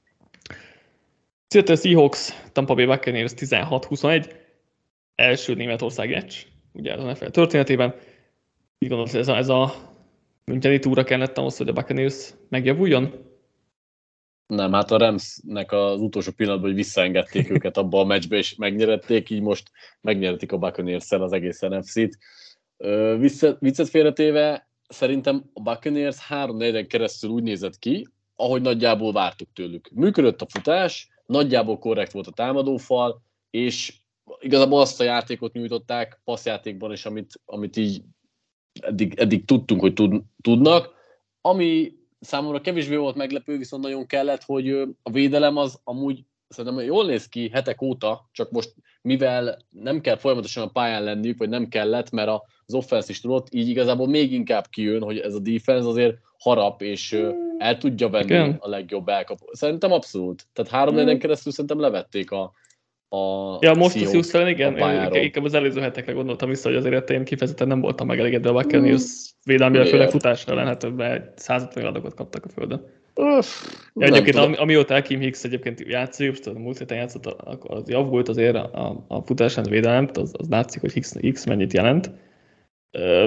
Speaker 1: Seattle Seahawks, Tampa Bay Buccaneers tizenhat huszonegy. Első németországi meccs, ugye az en ef el történetében. Így gondolod, hogy ez a, ez a Müncheni túra kellett ahhoz, hogy a Buccaneers megjavuljon?
Speaker 2: Nem, hát a Ramsnek az utolsó pillanatban, hogy visszaengedték őket abba a meccsbe, és megnyerették, így most megnyeretik a Buccaneers-szel az egész en ef cét. Viccet félretéve, szerintem a Buccaneers három negyeden keresztül úgy nézett ki, ahogy nagyjából vártuk tőlük. Működött a futás, nagyjából korrekt volt a támadófal, és igazából azt a játékot nyújtották passzjátékban is, amit, amit így eddig, eddig tudtunk, hogy tud, tudnak. Ami számomra kevésbé volt meglepő, viszont nagyon kellett, hogy a védelem az amúgy szerintem jól néz ki hetek óta, csak most mivel nem kell folyamatosan a pályán lenniük, vagy nem kellett, mert az offense is tudott, így igazából még inkább kijön, hogy ez a defense azért harap, és el tudja venni
Speaker 1: Igen.
Speaker 2: a legjobb elkapó. Szerintem abszolút. Tehát három negyeden keresztül szerintem levették a, a
Speaker 1: Ja, most a Seahawks ellen igen,
Speaker 2: én
Speaker 1: inkább az előző hetekre gondoltam vissza, hogy azért én kifejezetten nem voltam megelégedve a Buccaneers védelmére, főleg futásra ellen, hát ebben százötven adagot kaptak a földön.
Speaker 2: Öff,
Speaker 1: ja, egyébként ami, amióta Akeem Hicks egyébként játszik, most a múlt héten játszott, az javult azért a, a, a futásán védelem, az, az látszik, hogy Hicks, Hicks mennyit jelent. Ö,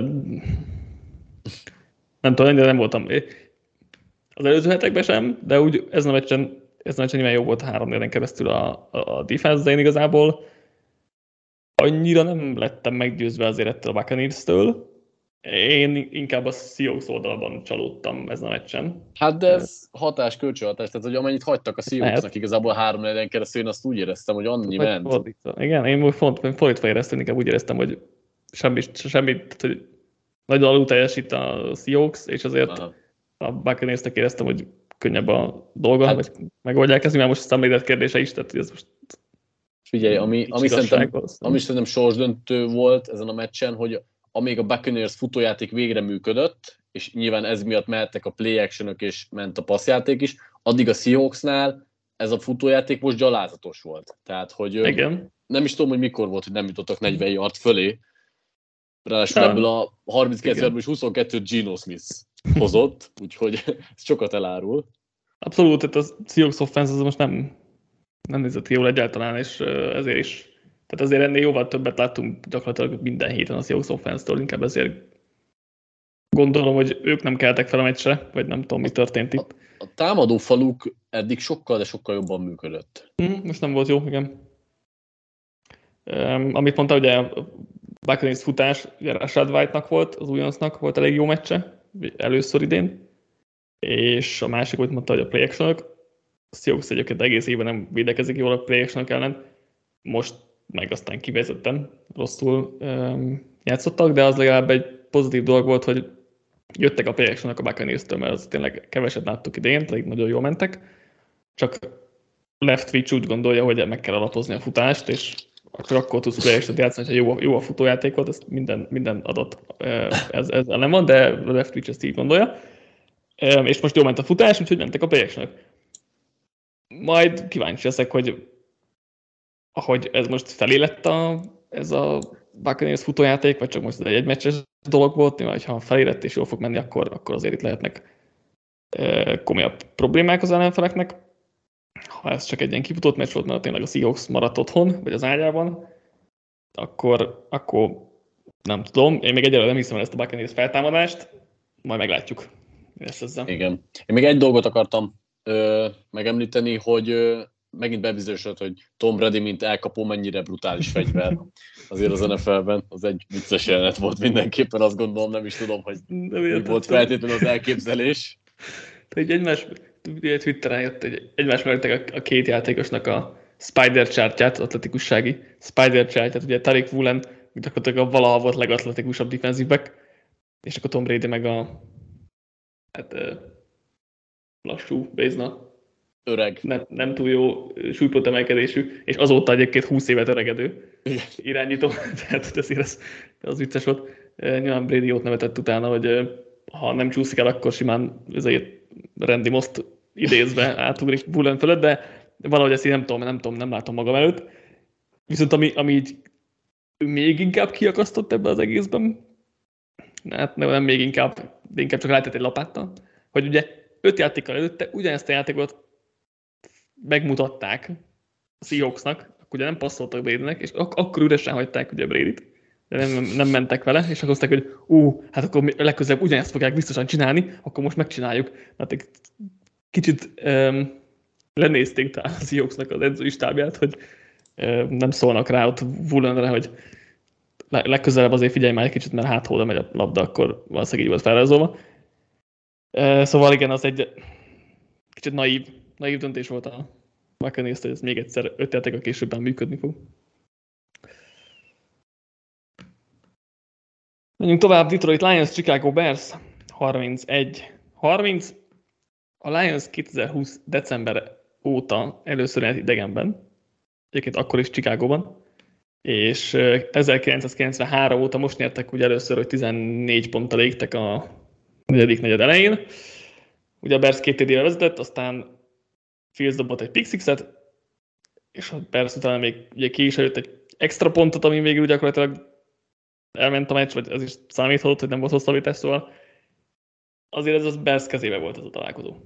Speaker 1: nem tudom, de nem voltam az előző hetekben sem, de úgy ezen a meccsen, ezen a meccsen nyilván jó volt a három néven keresztül a, a, a defense, de én igazából annyira nem lettem meggyőzve azért ettől a Buccaneers-től. Én inkább a Seahawks oldalban csalódtam ezen a meccsen.
Speaker 2: Hát de ez hatás, kölcsönhatás, tehát hogy amennyit hagytak a Seahawksnak igazából három negyeden keresztül, én azt úgy éreztem, hogy annyi
Speaker 1: Vagy
Speaker 2: ment.
Speaker 1: Fordítva. Igen, én most fordítva éreztem, inkább úgy éreztem, hogy semmi, semmi tehát, hogy nagyon alul teljesít a Seahawks, és azért Aha. a Buccaneers-nek éreztem, hogy könnyebb a dolga, hát, vagy megoldják ezt, mert most a szemlélet kérdése is, tehát ez most
Speaker 2: figyelj, ami, ami, szerintem, ami szerintem sorsdöntő volt ezen a meccsen, hogy amíg a Buccaneers futójáték végre működött, és nyilván ez miatt mehettek a play actionok, és ment a passzjáték is, addig a Seahawksnál ez a futójáték most gyalázatos volt. Tehát, hogy
Speaker 1: igen.
Speaker 2: Nem is tudom, hogy mikor volt, hogy nem jutottak negyven yard fölé. Ráadásul ebből a harminckettő yardból is huszonkettőt Geno Smith hozott, úgyhogy ez sokat elárul.
Speaker 1: Abszolút, tehát a Seahawks offense az most nem, nem nézett jól egyáltalán, és ezért is. Tehát azért ennél jóval többet láttunk gyakorlatilag minden héten a Seahawks offense-től, inkább ezért gondolom, hogy ők nem keltek fel a meccsre, vagy nem tudom, mi történt itt.
Speaker 2: A, a támadó faluk eddig sokkal, de sokkal jobban működött.
Speaker 1: Mm, most nem volt jó, igen. Um, amit mondta, ugye a Buccaneers futás, ugye Rashad White-nak volt, az újoncnak volt elég jó meccse, először idén, és a másik, amit mondta, hogy a play action-ok, a Seahawks egyébként egész évben nem védekezik jól a play action-ok ellen, most meg aztán kivezetten rosszul um, játszottak, de az legalább egy pozitív dolog volt, hogy jöttek a play action-ok a Buccaneers-től, mert az tényleg keveset láttuk idén, pedig nagyon jól mentek, csak Leftwich úgy gondolja, hogy meg kell alapozni a futást, és akkor akkor tudsz play action-t játszani, hogyha jó a, jó a futójátékot, ezt minden, minden adat ez, ez nem van, de Leftwich ezt így gondolja. És most jól ment a futás, úgyhogy mentek a play action-ok. Majd kíváncsi leszek, hogy ahogy ez most felé lett a, ez a Buccaneers futójáték, vagy csak most egy egymeccses dolog volt, vagy ha felé lett és jól fog menni, akkor, akkor azért itt lehetnek e, komolyabb problémák az ellenfeleknek. Ha ez csak egy ilyen kifutott meccs volt, mert tényleg a Seahawks maradt otthon, vagy az ágyában, akkor, akkor nem tudom. Én még egyelőre nem hiszem el ezt a Buccaneers feltámadást, majd meglátjuk. Lesz ezzel.
Speaker 2: Igen. Én még egy dolgot akartam ö, megemlíteni, hogy ö, megint bebizonyosodott, hogy Tom Brady, mint elkapó, mennyire brutális fegyver azért az en ef el-ben. Az egy vicces jelenet volt mindenképpen, azt gondolom, nem is tudom, hogy mi volt feltétlenül az elképzelés.
Speaker 1: Tehát egymás, Twitteren jött, hogy egymás mellett a két játékosnak a spider chartját, atletikussági spider chartját, ugye Tariq Woolen gyakorlatilag a valaha volt legatletikusabb defensive back, és akkor Tom Brady meg a hát, lassú Bézna.
Speaker 2: Öreg.
Speaker 1: Nem, nem túl jó súlypont emelkedésű, és azóta egyébként húsz évet öregedő irányító, tehát azért az, az vicces volt. Nyilván Brady jót nevetett utána, hogy ha nem csúszik el, akkor simán ezért Randy Moss-t idézve átugrik Woolen fölött, de valahogy ezt így nem tudom, nem tudom, nem látom magam előtt. Viszont ami, ami így még inkább kiakasztott ebben az egészben, hát nem, nem még inkább, de inkább csak rátett egy lapáttal, hogy ugye öt játékkal előtte ugyanezt a játékot megmutatták a Seahawksnak, akkor ugye nem passzoltak Bradynek, és ak- akkor üresen hagyták ugye Bradyt, de nem, nem mentek vele, és akkor hozták, hogy ú, hát akkor legközelebb ugyanezt fogják biztosan csinálni, akkor most megcsináljuk. Hát egy kicsit um, lenézték talán a Seahawksnak az edzői stábját, hogy um, nem szólnak rá ott Woolenre, hogy legközelebb azért figyelj már egy kicsit, mert hát hol megy a labda, akkor valószínűleg így volt felrajzolva. Uh, szóval igen, az egy kicsit naív, naív döntés volt a Buccaneers, hogy ez még egyszer öt játékkal későbben működni fog. Menjünk tovább, Detroit Lions, Chicago Bears, harmincegy harminc. A Lions kétezer-húsz december óta először járt idegenben, egyébként akkor is Chicagóban, és ezerkilencszázkilencvenhárom óta most nyertek ugye először, hogy tizennégy ponttal égtek a negyedik negyed elején. Ugye a Bears két té dé-vel vezetett, aztán Fields dobott egy pick sixet, és a Bears utána még ugye ki is előtt egy extra pontot, amin végül gyakorlatilag elment a meccs, vagy az is számíthatott, hogy nem volt hosszabbítás, szóval azért ez az Bears kezébe volt ez a találkozó.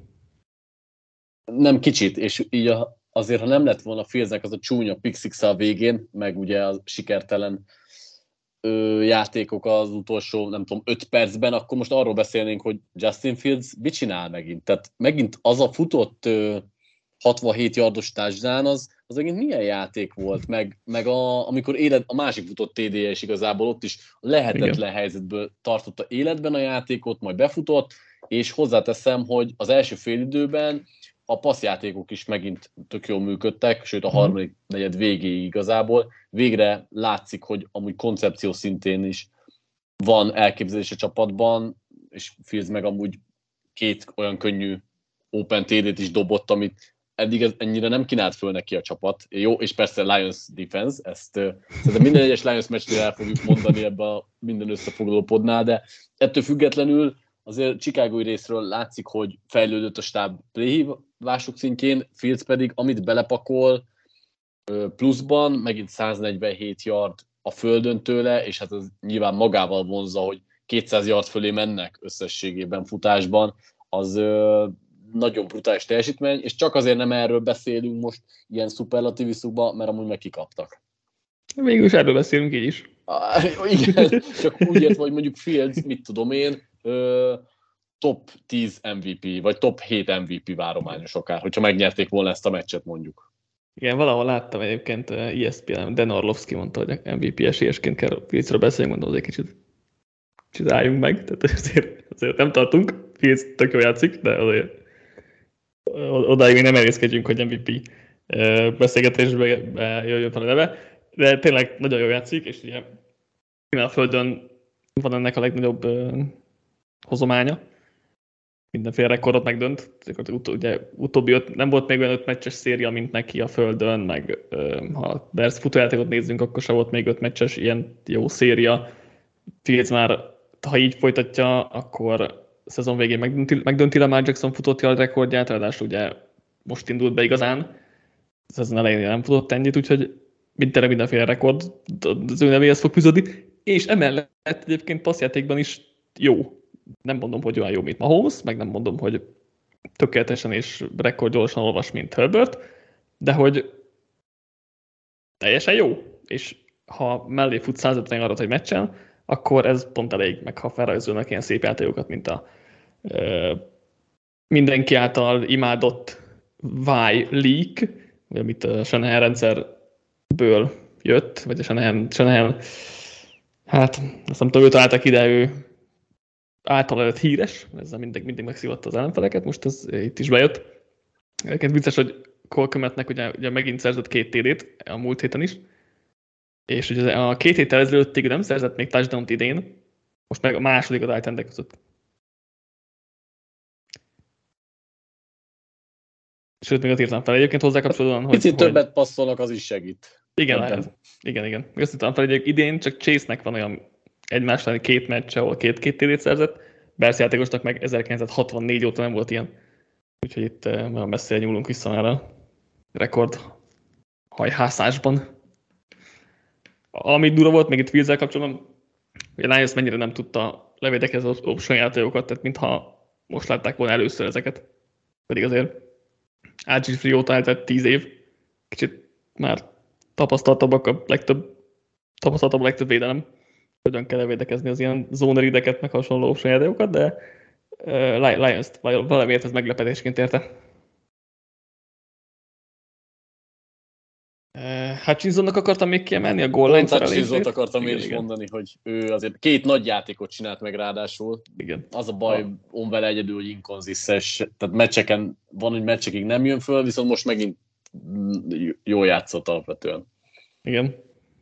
Speaker 2: Nem kicsit, és így a, azért, ha nem lett volna Fieldsnek az a csúnya pick six a végén, meg ugye a sikertelen ö, játékok az utolsó, nem tudom, öt percben, akkor most arról beszélnénk, hogy Justin Fields mit csinál megint. Tehát megint az a futott ö, hatvanhét yardos touchdown, az, az megint milyen játék volt, meg, meg a, amikor élet, a másik futott té dé-je is igazából ott is lehetetlen Igen. helyzetből tartotta életben a játékot, majd befutott, és hozzáteszem, hogy az első félidőben a passzjátékok is megint tök jól működtek, sőt a harmadik negyed végéig igazából. Végre látszik, hogy amúgy koncepció szintén is van elképzelés a csapatban, és Fields meg amúgy két olyan könnyű open té dét is dobott, amit eddig ez ennyire nem kínált föl neki a csapat. Jó, és persze Lions defense, ezt uh, szerintem minden egyes Lions meccsnél el fogjuk mondani ebbe a minden összefoglaló podnál, de ettől függetlenül azért Chicagói részről látszik, hogy fejlődött a stáb playhívások szintjén, Fields pedig, amit belepakol pluszban, megint száznegyvenhét yard a földön tőle, és hát az nyilván magával vonzza, hogy kétszáz yard fölé mennek összességében futásban, az nagyon brutális teljesítmény, és csak azért nem erről beszélünk most ilyen szuperlatíviszukban, mert amúgy meg kikaptak.
Speaker 1: Végül is erről beszélünk így is.
Speaker 2: Ah, igen, csak úgy ért, hogy mondjuk Fields, mit tudom én, ö, top tíz em vé pé, vagy top hét em vé pé várományos akár, hogyha megnyerték volna ezt a meccset mondjuk.
Speaker 1: Igen, valahol láttam egyébként e es pé en, Dan Orlovsky mondta, hogy em vé pé esélyesként kell Fieldsről beszélni, mondom, azért kicsit, kicsit álljunk meg, tehát azért, azért nem tartunk, Fields tök jól játszik, de azért odáig még nem erészkedjünk, hogy em vé pé beszélgetésbe jöjjön fel a neve, de tényleg nagyon jól játszik, és ugye a földön van ennek a legnagyobb uh, hozománya. Mindenféle rekordot megdönt. Ut- ugye, utóbbi öt, nem volt még olyan öt meccses széria, mint neki a földön, meg uh, ha Bears futójátékot nézzünk, akkor sem volt még öt meccses ilyen jó széria. Fields már, ha így folytatja, akkor a szezon végén megdönti, megdönti Lamar Jackson futott yard rekordját, ráadásul ugye most indult be igazán. A szezon elején nem futott ennyit, úgyhogy mindenre mindenféle rekord az ő nevéhez fog fűződni, és emellett egyébként passzjátékban is jó. Nem mondom, hogy olyan jó, mint Mahomes, meg nem mondom, hogy tökéletesen és rekordgyorsan olvas, mint Herbert, de hogy teljesen jó, és ha mellé fut száz ötven yardot egy meccsen, akkor ez pont elég, meg ha felrajzolnak ilyen szép játékokat, mint a ö, mindenki által imádott Y leak, amit a Shanahan rendszerből jött, vagy a Shanahan, Shanahan hát azt nem tudom, ő találtak ide, ő által lett híres, ezzel mindig, mindig megszivatta az ellenfeleket, most ez itt is bejött. Egyébként vicces, hogy Cole Kmetnek ugye, ugye megint szerzett két té dét a múlt héten is, és ugye a két héttel ezelőttig nem szerzett még touchdown-t idén, most meg a második az ájtendek között. Sőt, még azt írtam fel egyébként hozzá kapcsolódóan, hogy...
Speaker 2: Picit többet passzolnak, az is segít.
Speaker 1: Igen, lehet. Igen, igen. Még azt írtam fel, hogy idén csak Chase-nek van olyan egymásnál két meccs, ahol két-két té dét szerzett, Bears játékosnak meg ezerkilencszázhatvannégy óta nem volt ilyen. Úgyhogy itt nagyon messzire nyúlunk vissza már a rekord hajhászásban. Ami durva volt még itt Fieldszel kapcsolatban, hogy a Lions mennyire nem tudta levédekezni az option játékokat, tehát mintha most látták volna először ezeket. Pedig azért á gé Free óta eltelt tíz év, kicsit már tapasztaltabbak a legtöbb, tapasztaltabb a legtöbb védelem, hogyan kell levédekezni az ilyen zone readeket, meg hasonló option játékokat, de uh, Lions-t valamiért ez meglepetésként érte. Hutchinsonnak akartam még kiemelni a goal line szerelését.
Speaker 2: Hutchinsont akartam igen, én is igen. mondani, hogy ő azért két nagy játékot csinált meg ráadásul.
Speaker 1: Igen.
Speaker 2: Az a baj, a... on vele egyedül, hogy inkonzisztens, tehát meccseken van, hogy meccsekig nem jön föl, viszont most megint jól játszott alapvetően.
Speaker 1: Igen.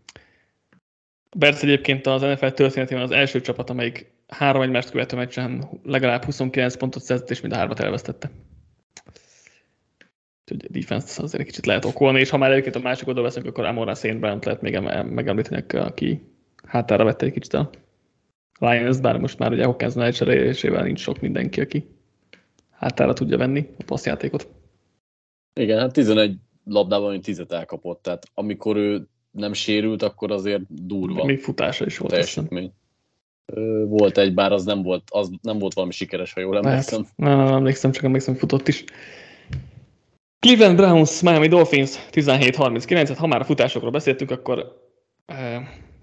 Speaker 1: Bears egyébként az en ef el történetében az első csapat, amelyik három egymást követő meccsen legalább huszonkilenc pontot szerzett, és mind a hármat elvesztette. Úgyhogy a defense azért egy kicsit lehet okolni, és ha már egyébként a másik oldal veszünk, akkor Amon-Ra Saint Brown-t lehet még megemlíteni, aki hátára vette egy kicsit a Lions, bár most már ugye Hawkinson elcserélésével nincs sok mindenki, aki hátára tudja venni a passzjátékot.
Speaker 2: Igen, hát tizenegy labdában tízet elkapott, tehát amikor ő nem sérült, akkor azért durva.
Speaker 1: Még futása is volt.
Speaker 2: Teljesítmény. Volt egy, bár az nem volt, az nem volt valami sikeres, ha jól emlékszem.
Speaker 1: Nem, nem emlékszem, csak emlékszem, futott is. Cleveland Browns, Miami Dolphins tizenhét harminckilenc, ha már a futásokról beszéltünk, akkor uh,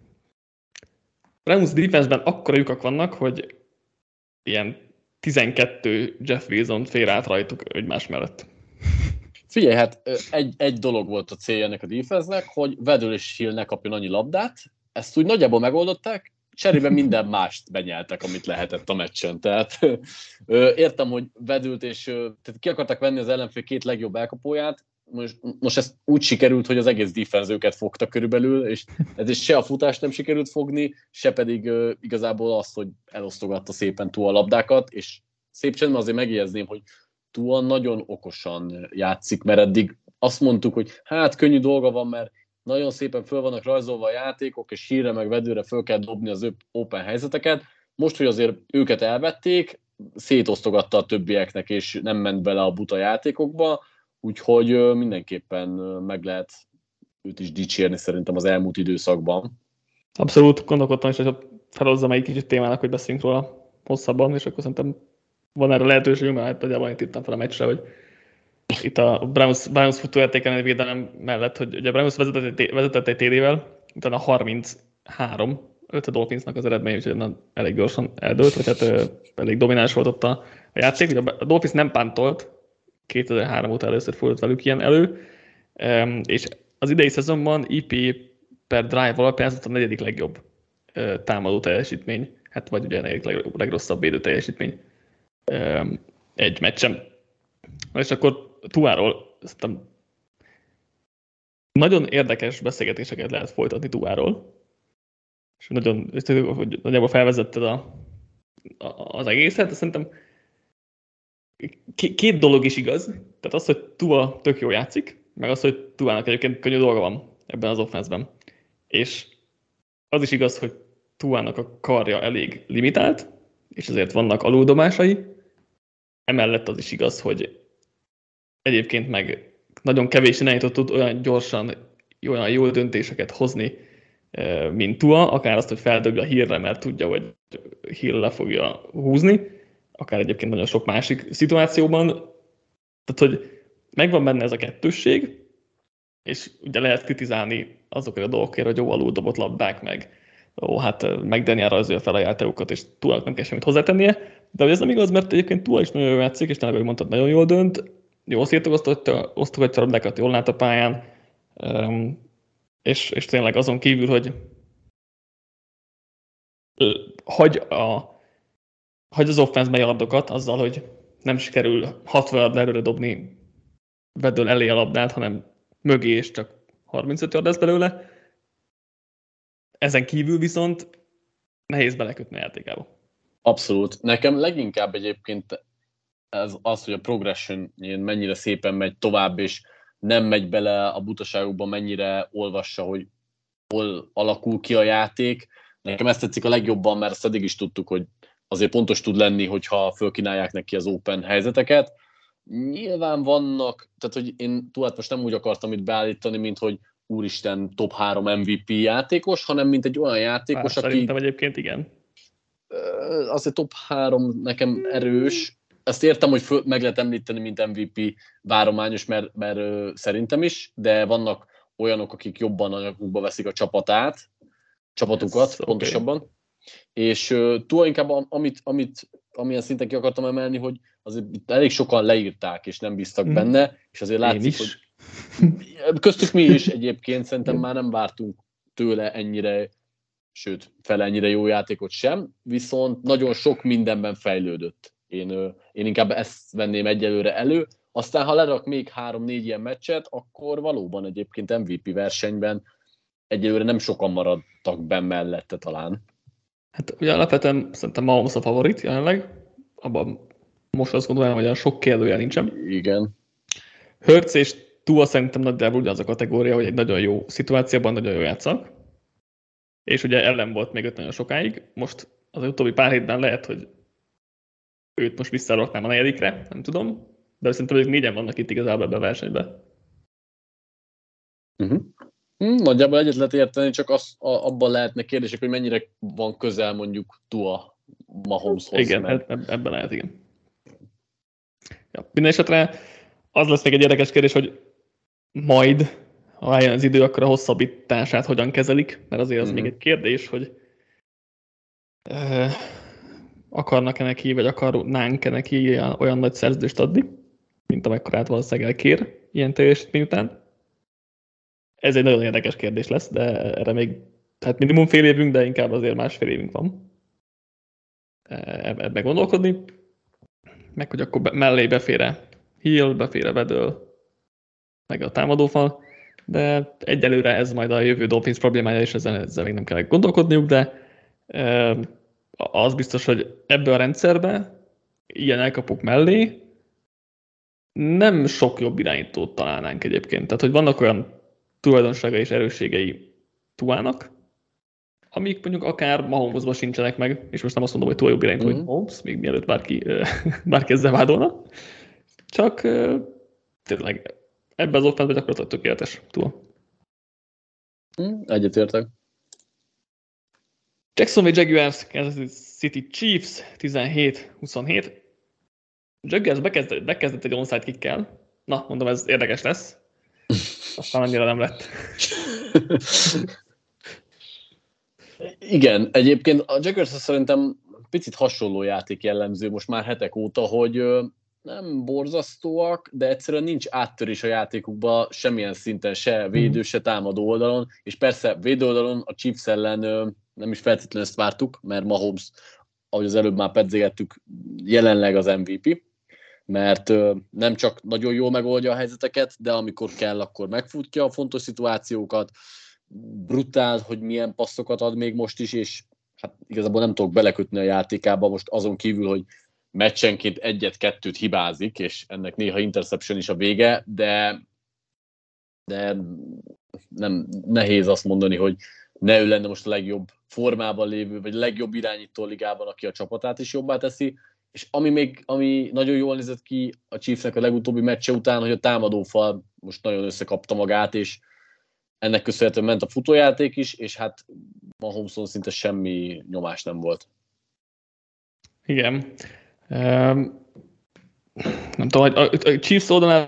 Speaker 1: Browns defense-ben akkora lyukak vannak, hogy ilyen tizenkettő Jeff Wilson fér át rajtuk egymás mellett.
Speaker 2: Figyelj, hát egy, egy dolog volt a célja ennek a defense-nek, hogy Vedül és Hill ne kapjon annyi labdát, ezt úgy nagyjából megoldották, cserébe minden mást benyeltek, amit lehetett a meccsen. Tehát értem, hogy Vedült, és tehát ki akartak venni az ellenfél két legjobb elkapóját, most, most ez úgy sikerült, hogy az egész defense őket fogta körülbelül, és ez is se a futást nem sikerült fogni, se pedig uh, igazából azt, hogy elosztogatta szépen Tua a labdákat, és szép csendben azért megjegyezném, hogy Tua nagyon okosan játszik, mert eddig azt mondtuk, hogy hát könnyű dolga van, mert nagyon szépen föl vannak rajzolva a játékok, és Hillre meg Vedőre föl kell dobni az open helyzeteket. Most, hogy azért őket elvették, szétosztogatta a többieknek, és nem ment bele a buta játékokba, úgyhogy mindenképpen meg lehet őt is dicsérni szerintem az elmúlt időszakban.
Speaker 1: Abszolút, gondolkodtam is, hogy felhozzam egy kicsit témának, hogy beszéljünk róla hosszabban, és akkor szerintem van erre lehetőség, mert hát nagyjából itt írtam fel a meccsre, hogy itt a Browns, Browns futóértékelni védelem mellett, hogy ugye a Browns vezetett, vezetett egy té dé-vel, utána harminchárom, öt a Dolphinsnak az eredmény, úgyhogy elég gyorsan eldőlt, vagy hát elég domináns volt ott a, a játék. Ugye a Dolphins nem pántolt, kétezer-három óta először fordult velük ilyen elő, és az idei szezonban i pé per drive alapján ez a negyedik legjobb támadó teljesítmény, hát vagy ugye a negyedik legrosszabb védő teljesítmény egy meccsen. És akkor Tuáról szerintem nagyon érdekes beszélgetéseket lehet folytatni Tuáról, és nagyon, hogy nagyjából felvezetted a, a, az egészet, de szerintem két dolog is igaz. Tehát az, hogy Tua tök jó játszik, meg az, hogy Tuának egyébként könnyű dolga van ebben az offenszben. És az is igaz, hogy Tuának a karja elég limitált, és ezért vannak aluldomásai. Emellett az is igaz, hogy egyébként meg nagyon kevés irányító tud olyan gyorsan, olyan jó döntéseket hozni, mint Tua, akár azt, hogy feldobja a Hillre, mert tudja, hogy Hill le fogja húzni, akár egyébként nagyon sok másik szituációban. Tehát, hogy megvan benne ez a kettősség, és ugye lehet kritizálni azokért a dolgokért, hogy jó alul dobott labdák meg, ó, hát McDaniel rajzolja fel a játékokat, és Tuának nem kell semmit hozzátennie, de hogy ez nem igaz, mert egyébként Tua is nagyon jól játszik, és tényleg, ahogy mondtad, nagyon jól dönt, jól szétosztogatja a labdákat, jól lát a pályán, és, és tényleg azon kívül, hogy hagy, a, hagy az offense-be yardokat azzal, hogy nem sikerül hatvan yard előre dobni Vedől elé a labdát, hanem mögé, és csak harmincöt yard lesz belőle. Ezen kívül viszont nehéz belekötni a játékába.
Speaker 2: Abszolút. Nekem leginkább egyébként ez az, hogy a progression mennyire szépen megy tovább, és nem megy bele a butaságokba, mennyire olvassa, hogy hol alakul ki a játék. Nekem ezt tetszik a legjobban, mert ezt eddig is tudtuk, hogy azért pontos tud lenni, hogyha fölkínálják neki az open helyzeteket. Nyilván vannak, tehát hogy én Tuát most nem úgy akartam itt beállítani, mint hogy úristen top három em vé pé játékos, hanem mint egy olyan játékos,
Speaker 1: Bár,
Speaker 2: aki...
Speaker 1: Szerintem egyébként igen.
Speaker 2: Azért top három nekem erős. Ezt értem, hogy föl, meg lehet említeni, mint em vé pé várományos, mert, mert ö, szerintem is, de vannak olyanok, akik jobban anyagukba veszik a csapatát, csapatukat Ez pontosabban. Okay. És uh, túl inkább amit, amit, amilyen szinten ki akartam emelni, hogy azért elég sokan leírták, és nem bíztak mm. benne, és azért látszik, hogy Köztük mi is egyébként, szerintem már nem vártunk tőle ennyire, sőt, fele ennyire jó játékot sem, viszont nagyon sok mindenben fejlődött. Én, én inkább ezt venném egyelőre elő. Aztán, ha lerak még három-négy ilyen meccset, akkor valóban egyébként em vé pé versenyben egyelőre nem sokan maradtak benn mellette talán.
Speaker 1: Hát ugye alapvetően szerintem Mahomes a favorit jelenleg, abban most azt gondolom, hogy a sok kérdőjel nincsen.
Speaker 2: Igen.
Speaker 1: Hurts és Tua szerintem nagyjából ugyanaz a kategória, hogy egy nagyon jó szituációban nagyon jó játszanak. És ugye ellen volt még öt nagyon sokáig. Most az utóbbi pár hétben lehet, hogy őt most visszaraknám a negyedikre, nem tudom. De szerintem ők négyen vannak itt igazából ebben a versenyben.
Speaker 2: Uh-huh. Hmm, nagyjából egyet lehet érteni, csak az, a, abban lehetne kérdések, hogy mennyire van közel mondjuk Tua Mahomeshoz.
Speaker 1: Igen,
Speaker 2: mert...
Speaker 1: ebben lehet, igen. Ja, minden esetre az lesz még egy érdekes kérdés, hogy majd, ha eljön az idő, akkor a hosszabbítását hogyan kezelik, mert azért az mm-hmm. még egy kérdés, hogy uh, akarnak-e neki, vagy akarnánk-e neki olyan, olyan nagy szerződést adni, mint amekkorát valószínűleg elkér ilyen teljesítmény után. Ez egy nagyon érdekes kérdés lesz, de erre még, tehát minimum fél évünk, de inkább azért másfél évünk van ebben gondolkodni. Meg hogy akkor mellé befér-e Hill, befér-e Vedől, meg a támadófal, de egyelőre ez majd a jövő Dolphins problémája, és ezzel, ezzel még nem kell gondolkodniuk, de e, az biztos, hogy ebbe a rendszerbe ilyen elkapuk mellé nem sok jobb irányítót találnánk egyébként. Tehát, hogy vannak olyan tulajdonságai és erősségei Tuának, amik mondjuk akár Mahomesban sincsenek meg, és most nem azt mondom, hogy túl jobb irányító, mm-hmm. hogy Mahomes, még mielőtt bárki, bárki ezzel vádolna. Csak tényleg ebben az offenszben gyakorlatilag tökéletes túl.
Speaker 2: Mm, egyetértek.
Speaker 1: Jacksonville Jaguars, Kansas City Chiefs tizenhét huszonhét. Jaguars bekezdett, bekezdett egy onside kickkel. Na, mondom, ez érdekes lesz. Aztán annyira nem lett.
Speaker 2: Igen, egyébként a Jaguars szerintem picit hasonló játék jellemző most már hetek óta, hogy nem borzasztóak, de egyszerűen nincs áttörés a játékukban semmilyen szinten, se védő, se támadó oldalon, és persze védő oldalon a Chiefs ellen nem is feltétlenül ezt vártuk, mert Mahomes, ahogy az előbb már pedzegettük, jelenleg az em vé pé, mert nem csak nagyon jól megoldja a helyzeteket, de amikor kell, akkor megfutja a fontos szituációkat, brutál, hogy milyen passzokat ad még most is, és hát igazából nem tudok belekötni a játékába most azon kívül, hogy meccsenként egyet-kettőt hibázik, és ennek néha interception is a vége, de, de nem nehéz azt mondani, hogy ne ő lenne most a legjobb formában lévő, vagy a legjobb irányító a ligában, aki a csapatát is jobbá teszi, és ami még ami nagyon jól nézett ki a Chiefsnek a legutóbbi meccse után, hogy a támadófal most nagyon összekapta magát, és ennek köszönhetően ment a futójáték is, és hát Mahomeson szinte semmi nyomás nem volt.
Speaker 1: Igen. Um, nem tudom, hogy a, a Chiefs oldalán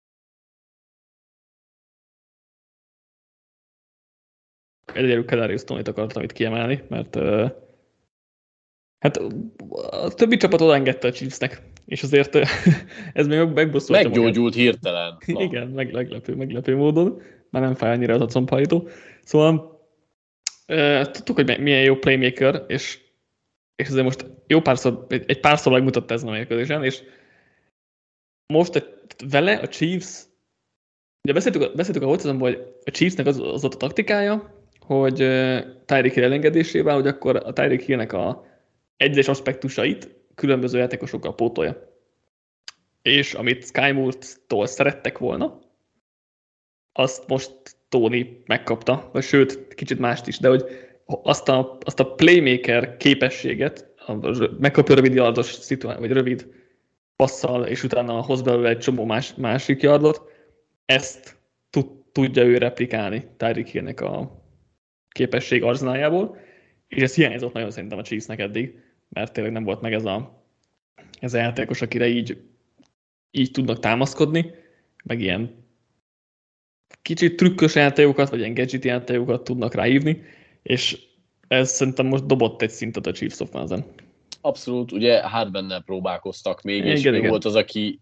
Speaker 1: egyelőre Kadarius Toney-t akartam itt kiemelni, mert uh, hát a többi csapat odaengedte a Chiefsnek, és azért ez még megbosszolta
Speaker 2: meggyógyult hirtelen.
Speaker 1: Na. Igen, meg, meglepő, meglepő módon. Már nem fáj annyira az a combhajtó. Szóval uh, tudtuk, hogy milyen jó playmaker, és, és azért most jó párszor, egy, egy párszor megmutatta ezen a mérkőzésen, és most a, vele a Chiefs, ugye beszéltük, beszéltük a holcazomban, hogy a Chiefsnek az, az ott a taktikája, hogy uh, Tyreek Hill elengedésével, hogy akkor a Tyreek Hillnek a egyes aspektusait különböző játékosokkal pótolja. És amit Sky Moore-tól szerettek volna, azt most Toney megkapta, vagy sőt, kicsit mást is, de hogy azt a, azt a playmaker képességet, megkapja rövid yardos szituáció, vagy rövid passzal, és utána hoz belőle egy csomó más, másik yardot, ezt tud, tudja ő replikálni Tyreek Hillnek a képesség arzenájából, és ez hiányzott nagyon szerintem a Chiefsnek eddig, mert tényleg nem volt meg ez a, ez a játékos, akire így, így tudnak támaszkodni, meg ilyen kicsit trükkös játékokat, vagy ilyen gadget játékokat tudnak ráhívni, és ez szerintem most dobott egy szintet a Chiefs offense-en.
Speaker 2: Abszolút, ugye Hardmannel próbálkoztak még,
Speaker 1: igen,
Speaker 2: és
Speaker 1: igen.
Speaker 2: ő volt az, aki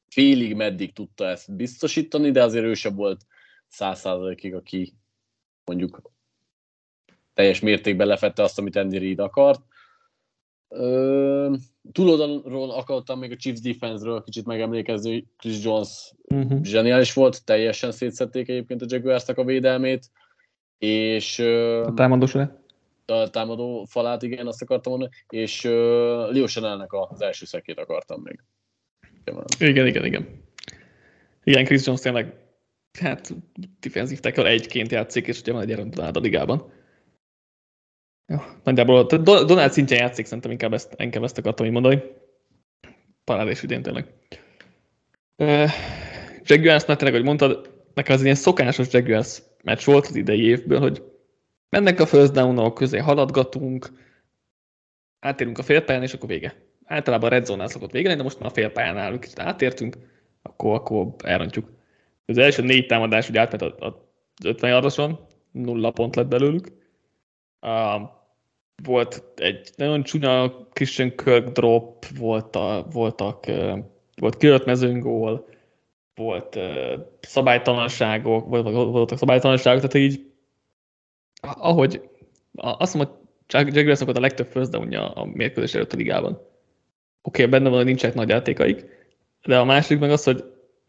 Speaker 2: félig meddig tudta ezt biztosítani, de azért ő sem volt száz százalékig, aki mondjuk teljes mértékben lefette azt, amit Andy Reid akart. Ö, túloldalról akartam még a Chiefs defense-ről kicsit megemlékezni, hogy Chris Jones uh-huh. zseniális volt, teljesen szétszedték egyébként a Jaguarsnak a védelmét, és
Speaker 1: a támadó sorát.
Speaker 2: A támadó falát, igen, azt akartam mondani, és uh, Leo Chanelnek az első szekét akartam még.
Speaker 1: Igen, igen, igen. Igen, Chris Jones tényleg, hát defensív tackle egyként játszik, és ugye van egy ilyen Donald a ligában. Jó, nagyjából Donald szintjén játszik, szerintem inkább ezt, inkább ezt akartam így mondani. Parádés idén tényleg. Uh, Jaguarsnál tényleg, hogy mondtad, nekem az ilyen szokásos Jaguars meccs volt az idei évből, hogy mennek a first down-ok közé, haladgatunk, átérünk a félpályán, és akkor vége. Általában a red zone-nál szokott vége, de most már a félpályánál kicsit átértünk, akkor, akkor elrontjuk. Az első négy támadás ugye átment az ötven yardoson, nulla pont lett belőlük. Uh, volt egy nagyon csúnya Christian Kirk drop, volt a, voltak, uh, volt kilőtt mezőnygól, volt uh, szabálytalanságok, voltak szabálytalanságok, tehát így ahogy azt mondom, hogy Jaguarsnak volt a legtöbb first downja a mérkőzés előtt a ligában. Oké, okay, benne van, hogy nincsenek nagy játékaik, de a másik meg az, hogy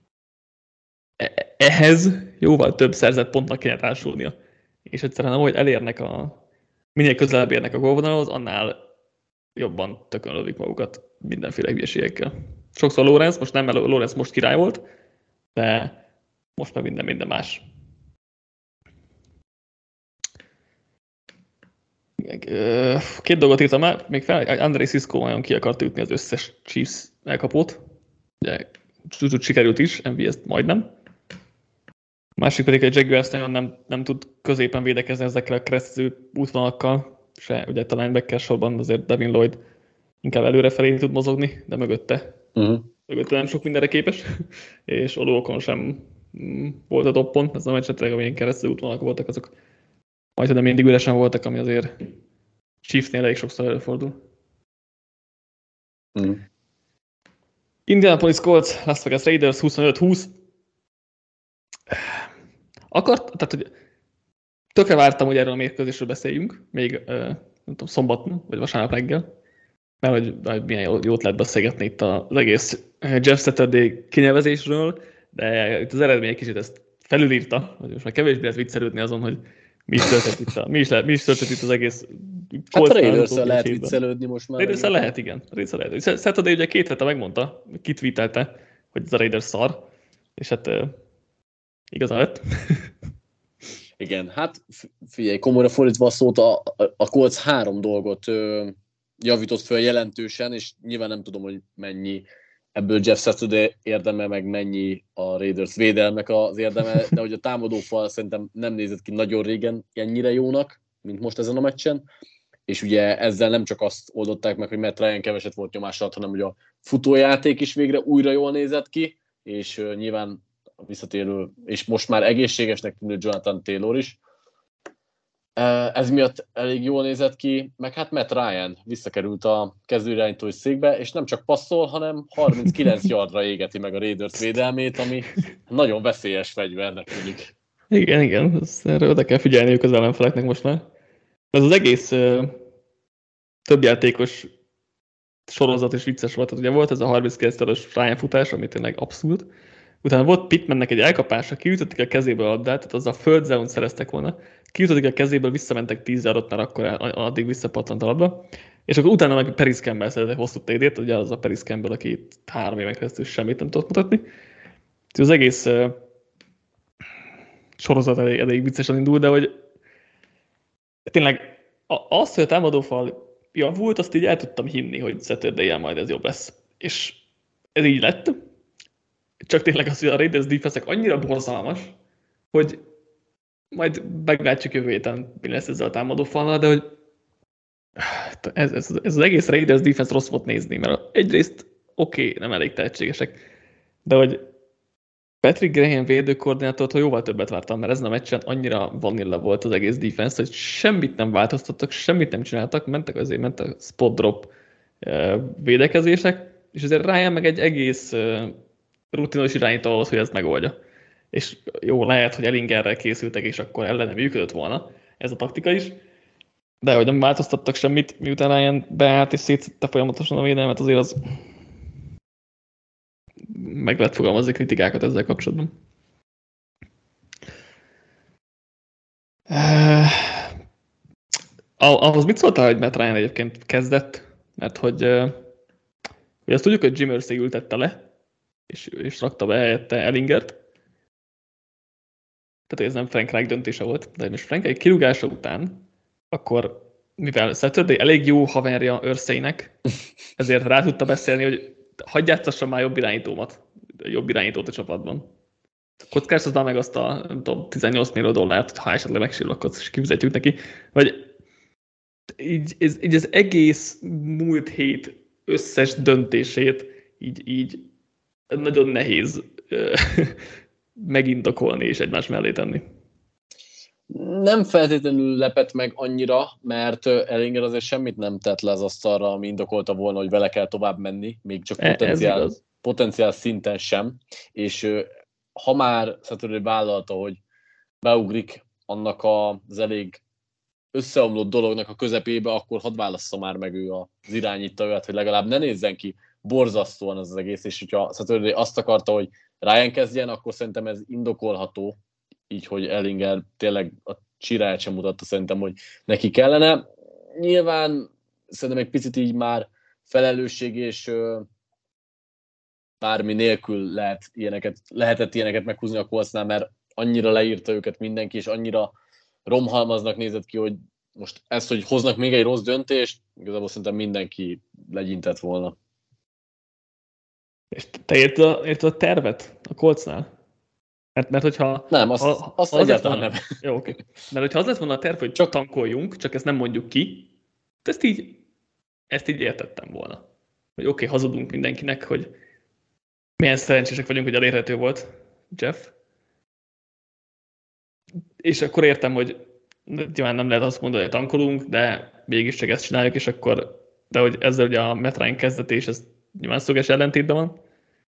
Speaker 1: ehhez jóval több szerzett pontnak kéne társulnia. És egyszerűen ahogy elérnek a, minél közelebb érnek a gólvonalhoz, annál jobban tökön lövik magukat mindenféle hülyeségekkel. Sokszor Lawrence, most nem, mert Lawrence most király volt, de most meg minden, minden más. Két dolgot írtam el, még fel, André Cisco nagyon ki akart ütni az összes Chiefs elkapót. Ugye sikerült is, em vé es-t majdnem. A másik pedig, hogy Jaguars nem, nem tud középen védekezni ezekkel a keresztező útvonalakkal, se ugye a linebacker sorban azért Devin Lloyd inkább előrefelé tud mozogni, de mögötte, uh-huh. mögötte nem sok mindenre képes, és Oluokon sem volt a toppon, ez a meccsetleg, amilyen keresztező útvonalak voltak, azok majd nem mindig üresen voltak, ami azért Chiefsnél elég sokszor előfordul. Uh-huh. Indianapolis Colts, Las Vegas Raiders huszonöt húsz. Akart, tehát hogy tökre vártam, hogy erről a mérkőzésről beszéljünk, még nem tudom, szombaton, vagy vasárnap reggel, mert hogy, hogy milyen jót lehet beszélgetni itt az egész Jeff Saturday kinevezésről, de itt az eredmény egy kicsit ezt felülírta, hogy most már kevésbé lehet viccelődni azon, hogy mi is történt itt, a, mi is, le, mi is történt itt az egész
Speaker 2: Hát a Raiders-szel lehet viccelődni most már.
Speaker 1: Raiders-szel lehet, igen. Raiders-szel lehet. Saturday ugye két hete megmondta, kitweetelte, hogy ez a Raiders szar, és hát uh, igazán lett.
Speaker 2: Igen, hát figyelj, komolyra fordítva a szót, a, a Colts három dolgot ö, javított föl jelentősen, és nyilván nem tudom, hogy mennyi ebből Jeff Saturday érdeme, meg mennyi a Raiders védelmek az érdeme, de hogy a támadófal szerintem nem nézett ki nagyon régen ennyire jónak, mint most ezen a meccsen, és ugye ezzel nem csak azt oldották meg, hogy Matt Ryan keveset volt nyomás alatt, hanem hogy a futójáték is végre újra jól nézett ki, és uh, nyilván a visszatérő, és most már egészségesnek tűnő Jonathan Taylor is. Ez miatt elég jól nézett ki, meg hát Matt Ryan visszakerült a kezdőirányítói székbe, és nem csak passzol, hanem harminckilenc yardra égeti meg a Raiders védelmét, ami nagyon veszélyes fegyvernek tűnik.
Speaker 1: Igen, igen, ezt erről oda kell figyelniük az ellenfeleknek most már. Ez az egész uh, többjátékos sorozat is vicces volt. Tehát ugye volt ez a harminckilenc yardos Ryan futás, ami tényleg abszurd. Utána volt Pittmannek egy elkapása, kiütötték a kezéből a labdát, tehát azzal földzeont szereztek volna, kiütötték a kezéből, visszamentek tíz yardot, mert akkor addig visszapatlant a labda, és akkor utána meg Paris Campbell szerezett egy hosszú té dét, ugye az a Paris Campbell, aki itt három éven keresztül semmit nem tudott mutatni. Úgyhogy az egész uh, sorozat elég, elég viccesen indul, de hogy tényleg azt, hogy a támadófal javult, azt így el tudtam hinni, hogy Saturday-jel majd ez jobb lesz. És ez így lett. Csak tényleg az, hogy a Raiders defense annyira borzalmas, hogy majd meglátjuk jövő héten, mi lesz ezzel a támadófalnal, de hogy ez, ez, ez az egész Raiders defense rossz volt nézni, mert egyrészt oké, okay, nem elég tehetségesek, de hogy Patrick Graham védőkoordinátort jóval többet vártam, mert ezen a meccsen annyira vanilla volt az egész defense, hogy semmit nem változtattak, semmit nem csináltak, mentek azért, mentek a spot drop védekezések, és azért Ryan meg egy egész rutinos irányító ahhoz, hogy ezt megoldja. És jó, lehet, hogy Ellingerrel készültek, és akkor ellene működött volna ez a taktika is, de hogy nem változtattak semmit, miután Ryan beállt és szétszette folyamatosan a védelmet, azért az meg lehet fogalmazni kritikákat ezzel kapcsolatban. Uh, ahhoz mit szóltál, hogy Matt Ryan egyébként kezdett? Mert hogy, uh, hogy azt tudjuk, hogy Jim Irsay ültette le, és, és rakta be helyette Ellingert. Tehát ez nem Frank Reich döntése volt, de most Frank Reich kirúgása után, akkor mivel Saturday elég jó haverja Irsaynek, ezért rá tudta beszélni, hogy hagyjátszassam már jobb irányítómat, jobb irányítót a csapatban. Kockáztatná meg azt a nem tudom, tizennyolc millió dollárt, hogy ha esetleg megsérül, akkor is kifizetjük neki. Vagy így, ez, így az egész múlt hét összes döntését így, így nagyon nehéz megindokolni és egymás mellé tenni.
Speaker 2: Nem feltétlenül lepett meg annyira, mert Ellinger azért semmit nem tett le az asztalra, ami indokolta volna, hogy vele kell tovább menni, még csak potenciál, potenciál szinten sem. És ha már Saturday vállalta, hogy beugrik annak az elég összeomlott dolognak a közepébe, akkor hadd válassza már meg ő az irányítóját, hogy legalább ne nézzen ki borzasztóan az, az egész, és hogyha Saturday azt akarta, hogy Ryan kezdjen, akkor szerintem ez indokolható, így, hogy Ellinger tényleg a csiráját sem mutatta szerintem, hogy neki kellene. Nyilván szerintem egy picit így már felelősség és ö, bármi nélkül lehet ilyeneket, lehetett ilyeneket meghúzni a Coltsnál, mert annyira leírta őket mindenki, és annyira romhalmaznak nézett ki, hogy most ezt, hogy hoznak még egy rossz döntést, igazából szerintem mindenki legyintett volna.
Speaker 1: És te érted a, érted a tervet a Coltsnál? Mert, mert hogyha...
Speaker 2: Nem, azt,
Speaker 1: ha,
Speaker 2: azt
Speaker 1: ha
Speaker 2: egyáltalán nem.
Speaker 1: Jó, oké. Okay. Mert hogyha az lett volna a terv, hogy csak tankoljunk, csak ezt nem mondjuk ki, ezt így, ezt így értettem volna. Hogy oké, okay, hazudunk mindenkinek, hogy milyen szerencsések vagyunk, hogy elérhető volt Jeff. És akkor értem, hogy nyilván nem lehet azt mondani, hogy tankolunk, de mégiscsak ezt csináljuk, és akkor, de hogy ezzel ugye a Matt Ryan kezdetés, ez nyilván szöges ellentétben van.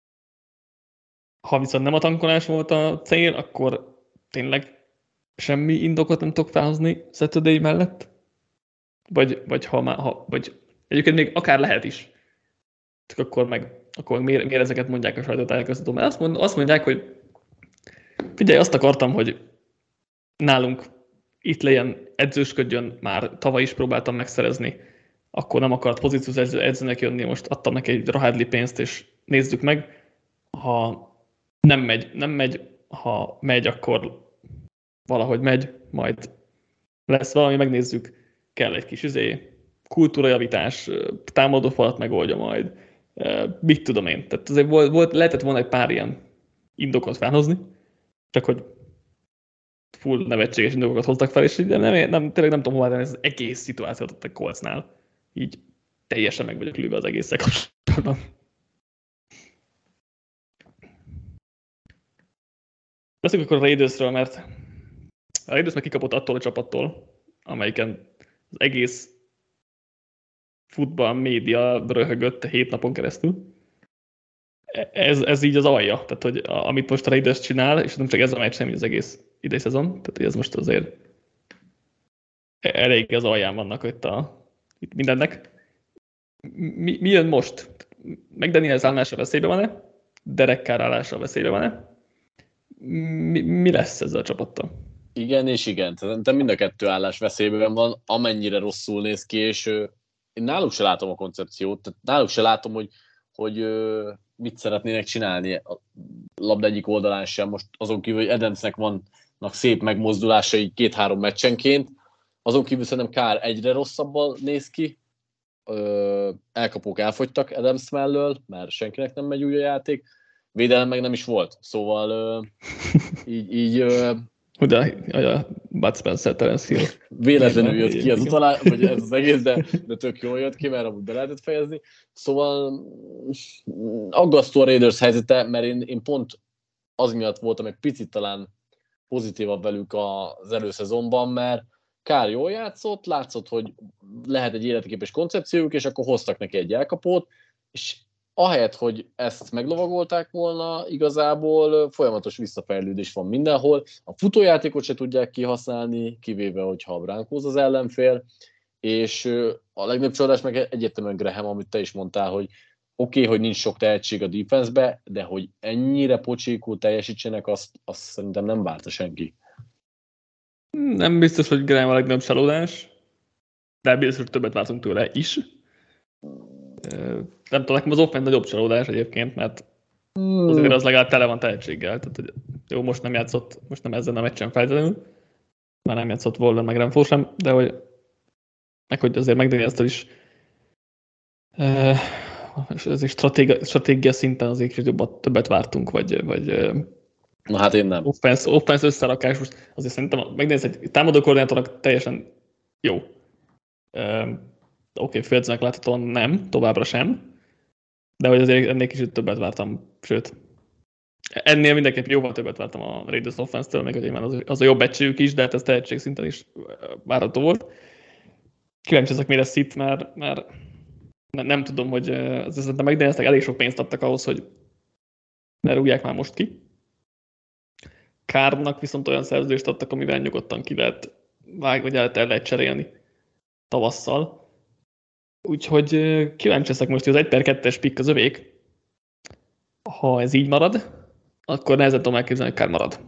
Speaker 1: Ha viszont nem a tankolás volt a cél, akkor tényleg semmi indokot nem tudok felhozni Saturday mellett? Vagy, vagy ha már, ha, vagy egyébként még akár lehet is. Csak akkor meg, akkor miért, miért ezeket mondják a sajtótájékoztatón? Mert azt, mond, azt mondják, hogy figyelj, azt akartam, hogy nálunk itt legyen, edzősködjön, már tavaly is próbáltam megszerezni, akkor nem akart pozíciós edző, edzőnek jönni, most adtam neki egy rahádli pénzt, és nézzük meg, ha nem megy, nem megy, ha megy, akkor valahogy megy, majd lesz valami, megnézzük, kell egy kis izé, kultúrajavítás, támadó falat megoldja majd, mit tudom én. Tehát azért volt, volt, lehetett volna egy pár ilyen indokot felhozni, csak hogy full nevetséges indokokat hoztak fel, és nem, nem, tényleg nem tudom hova tenni ez az egész szituációt ott a Coltsnál. Így teljesen meg vagyok lőve az egészszel kapcsolatban. Beszéljük akkor a Raidersről, mert a Raiders meg kikapott attól a csapattól, amelyiken az egész futball média röhögött hét napon keresztül. Ez, ez így az alja, tehát hogy a, amit most a Raiders csinál, és nem csak ez a meccs, hanem az egész idei szezon, tehát hogy ez most azért elég az alján vannak itt, a, itt mindennek. Mi, mi jön most? McDaniels állása veszélyben van-e? Derek Carr állása veszélyben van-e? Mi, mi lesz ezzel a csapattal?
Speaker 2: Igen és igen. Szerintem mind a kettő állás veszélyben van, amennyire rosszul néz ki, és ö, én náluk se látom a koncepciót, tehát náluk se látom, hogy, hogy ö, mit szeretnének csinálni a labda egyik oldalán sem. Most azon kívül, hogy Adamsnek vannak szép megmozdulásai két-három meccsenként, azon kívül szerintem Carr egyre rosszabbal néz ki, ö, elkapók elfogytak Adams mellől, mert senkinek nem megy úgy a játék, védelem meg nem is volt, szóval ö, így, így ö,
Speaker 1: Ugye a Bud Spencer, Terence Hill.
Speaker 2: Véletlenül jött ki az utalás, vagy ez az egész, de, de tök jól jött ki, mert amúgy be lehetett fejezni. Szóval aggasztó a Raiders helyzete, mert én, én pont az miatt voltam egy picit talán pozitívabb velük az előszezonban, mert Carr jól játszott, látszott, hogy lehet egy életképes koncepciójuk, és akkor hoztak neki egy elkapót, és ahelyett, hogy ezt meglovagolták volna, igazából folyamatos visszafejlődés van mindenhol. A futójátékot se tudják kihasználni, kivéve, hogyha bránkóz az ellenfél, és a legnagyobb csodás meg egyértelműen Graham, amit te is mondtál, hogy oké, okay, hogy nincs sok tehetség a defense-be, de hogy ennyire pocsékul teljesítsenek, azt, azt szerintem nem várta senki.
Speaker 1: Nem biztos, hogy Graham a legnagyobb csalódás, de biztos, hogy többet vártunk tőle is. Nem tudom, nekem az offense nagyobb csalódás egyébként, mert azért az legalább tele van tehetséggel. Tehát, hogy jó, most nem játszott, most nem ezen a meccsen feltétlenül, már nem játszott Waller meg Renfro sem, de hogy meg hogy azért McDaniels-től is és azért stratégia, stratégia szinten azért is jobban többet vártunk, vagy, vagy
Speaker 2: na hát én nem.
Speaker 1: Offense, offense összerakás, most azért szerintem McDaniels egy támadó koordinátornak teljesen jó. Oké, okay, Fieldsnek láthatóan nem, továbbra sem, de hogy azért ennél kicsit többet vártam, sőt, ennél mindenképp jóval többet vártam a Raiders offense-től, még hogy az, az a jobb egységük is, de hát ez tehetség szinten is várható volt. Kíváncsi ezek mire szít, mert, mert nem tudom, hogy szerintem McDanielsnek elég sok pénzt adtak ahhoz, hogy ne rúgják már most ki. Carrnak viszont olyan szerződést adtak, amivel nyugodtan ki lehet vágni, vagy el lehet cserélni tavasszal. Úgyhogy kíváncsi leszek most, hogy az egy per kettes pick az övék. Ha ez így marad, akkor nehezen tudom elképzelni, hogy Carr marad.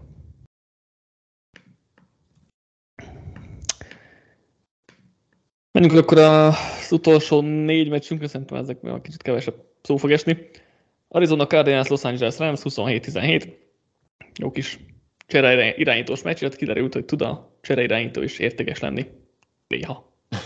Speaker 1: Menjünk akkor az utolsó négy meccsünkre, szerintem ezekben a kicsit kevesebb szó fog esni. Arizona Cardinals, Los Angeles Rams huszonhét tizenhét. Jó kis csere irányítós meccs, hát kiderült, hogy tud a csere irányító is értékes lenni. Néha.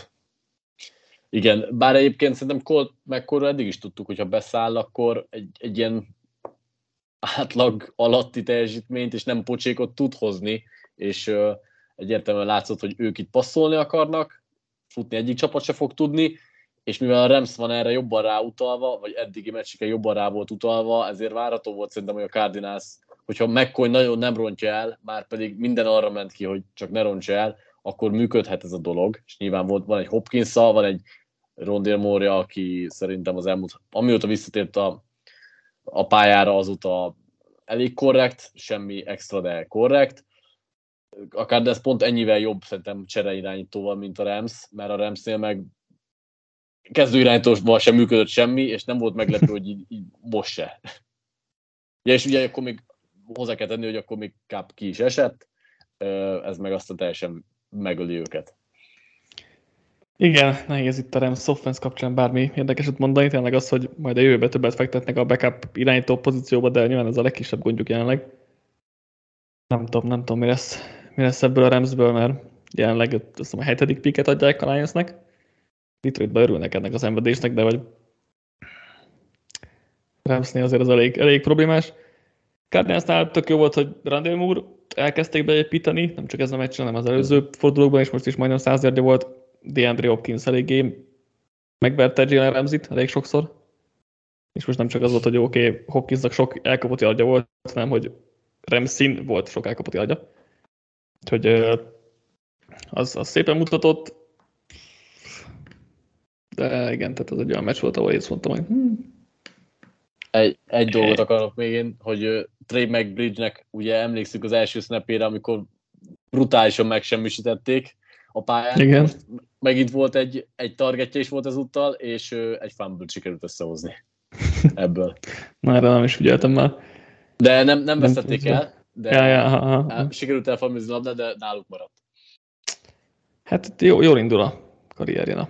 Speaker 2: Igen, bár egyébként szerintem Colt McCoyról eddig is tudtuk, hogyha beszáll, akkor egy, egy ilyen átlag alatti teljesítményt és nem pocsékot tud hozni, és uh, egyértelműen látszott, hogy ők itt passzolni akarnak, futni egyik csapat se fog tudni, és mivel a Rams van erre jobban ráutalva, vagy eddigi meccsike jobban rá volt utalva, ezért várható volt szerintem, hogy a Cardinals, hogyha McCoy nagyon nem rontja el, már pedig minden arra ment ki, hogy csak ne rontja el, akkor működhet ez a dolog, és nyilván volt, van egy Hopkins-szal, van egy Rondale Moore, aki szerintem az elmúlt, amióta visszatért a, a pályára, azóta elég korrekt, semmi extra, de korrekt. Akár de ez pont ennyivel jobb szerintem csereirányítóval, mint a Rams, mert a Ramsnél meg kezdőirányítósban sem működött semmi, és nem volt meglepő, hogy így, így most se. Ja, és ugye akkor még hozzá kell tenni, hogy akkor még Cup ki is esett, ez meg aztán teljesen megöli őket.
Speaker 1: Igen, nehéz itt a Rams offense kapcsán bármi érdekeset mondani, tényleg az, hogy majd a jövőben többet fektetnek a backup irányító pozícióba, de nyilván ez a legkisebb gondjuk jelenleg. Nem tudom, nem tudom, mi lesz, mi lesz ebből a Ramsből, mert jelenleg azt hiszem, a hetedik picket adják a Lionsnek. Detroitban örülnek ennek a szenvedésnek, de vagy Ramsnél azért az elég, elég problémás. Cardinalsnál tök jó volt, hogy Rondale Moore elkezdték beépíteni, nem csak ez a meccsen, hanem az előző fordulókban is, most is majdnem száz yardja volt. DeAndre Hopkins eléggé megverte Jalen Ramsey-t elég sokszor. És most nem csak az volt, hogy oké, okay, Hopkinsnak sok elkapott yardja volt, hanem hogy Ramsey volt sok elkapott yardja. Úgyhogy az, az szépen mutatott. De igen, tehát az egy olyan meccs volt, ahol én azt mondtam, hogy hmm.
Speaker 2: Egy, egy dolgot akarok még én, hogy uh, Trey McBridge-nek ugye emlékszünk az első snapére, amikor brutálisan megsemmisítették a pályán.
Speaker 1: Igen.
Speaker 2: Most megint volt egy, egy targetje is volt ezúttal, és uh, egy fumble-t sikerült összehozni ebből.
Speaker 1: Na, erre nem is figyeltem már.
Speaker 2: De nem, nem vesztették el, de
Speaker 1: ja, ja, ha, ha.
Speaker 2: El, sikerült elfalmizni a labdát, de náluk maradt.
Speaker 1: Hát jó, jól indul a karrierje.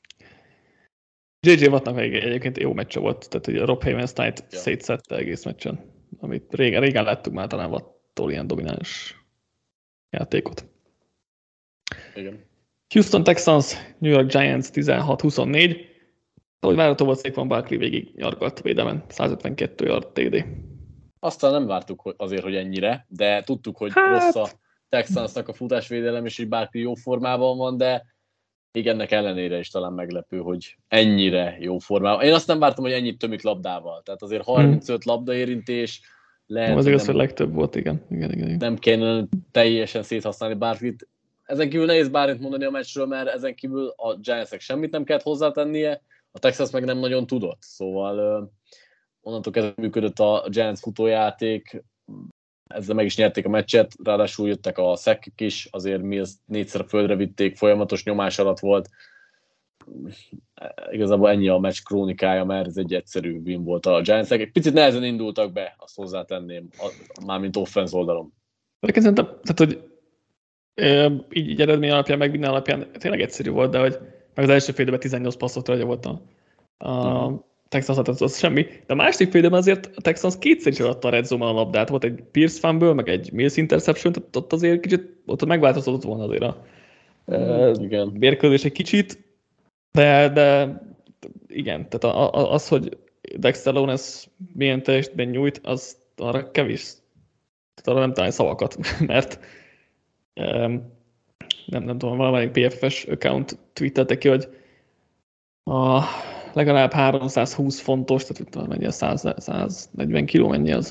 Speaker 1: jé jé Wattnak még egyébként jó meccse volt, tehát ugye a Rob Havenstein-t ja. szétszette egész meccsen, amit régen, régen láttuk már talán Wattól ilyen domináns játékot.
Speaker 2: Igen.
Speaker 1: Houston Texans, New York Giants tizenhat huszonnégy. Ahogy várható volt, Saquon Barkley végig nyargalt védelmen, száz ötvenkettő yard té dé.
Speaker 2: Aztán nem vártuk hogy azért, hogy ennyire, de tudtuk, hogy hát... rossz a Texansnak a futásvédelem, és hogy Barkley jó formában van, de még ennek ellenére is talán meglepő, hogy ennyire jó formában. Én azt nem vártam, hogy ennyit tömik labdával. Tehát azért harmincöt hmm. labdaérintés lehet,
Speaker 1: az igaz, hogy legtöbb volt, igen. igen, igen, igen.
Speaker 2: Nem kellene teljesen széthasználni Barkleyt. Ezen kívül nehéz bármit mondani a meccsről, mert ezen kívül a Giantsnek semmit nem kellett hozzátennie, a Texas meg nem nagyon tudott. Szóval onnantól kezdve működött a Giants futójáték, ezzel meg is nyerték a meccset, ráadásul jöttek a sackek is, azért mi ezt négyszer a földre vitték, folyamatos nyomás alatt volt. Igazából ennyi a meccs krónikája, mert ez egy egyszerű win volt a Giantsnek. Egy picit nehezen indultak be, azt hozzátenném, mármint offense oldalon.
Speaker 1: Szerintem, tehát, hogy így, így eredmény alapján, meg minden alapján tényleg egyszerű volt, de hogy meg az első félidőben tizennyolc passzot rajta volt a, a uh-huh. Texans, az, az semmi. De a második félidőben azért a Texans kétszer is adta a red zone-ban a labdát. Volt egy Pierce fumble, meg egy Mills interception, tehát ott azért kicsit, ott megváltozott volna azért a uh, mérkőzés egy kicsit, de, de igen, tehát a, a, az, hogy Dexter Lawrence milyen teljesítményt nyújt, az arra kevés. Tehát arra nem találni szavakat, mert um, nem, nem tudom, valamelyik pé ef ef-es account tweetelte ki, hogy a legalább háromszázhúsz fontos, tehát mennyi a száz, száznegyven kiló, mennyi az?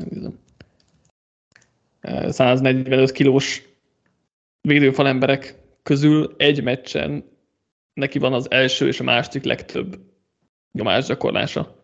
Speaker 1: száznegyvenöt kilós védőfal emberek közül egy meccsen neki van az első és a második legtöbb nyomásgyakorlása.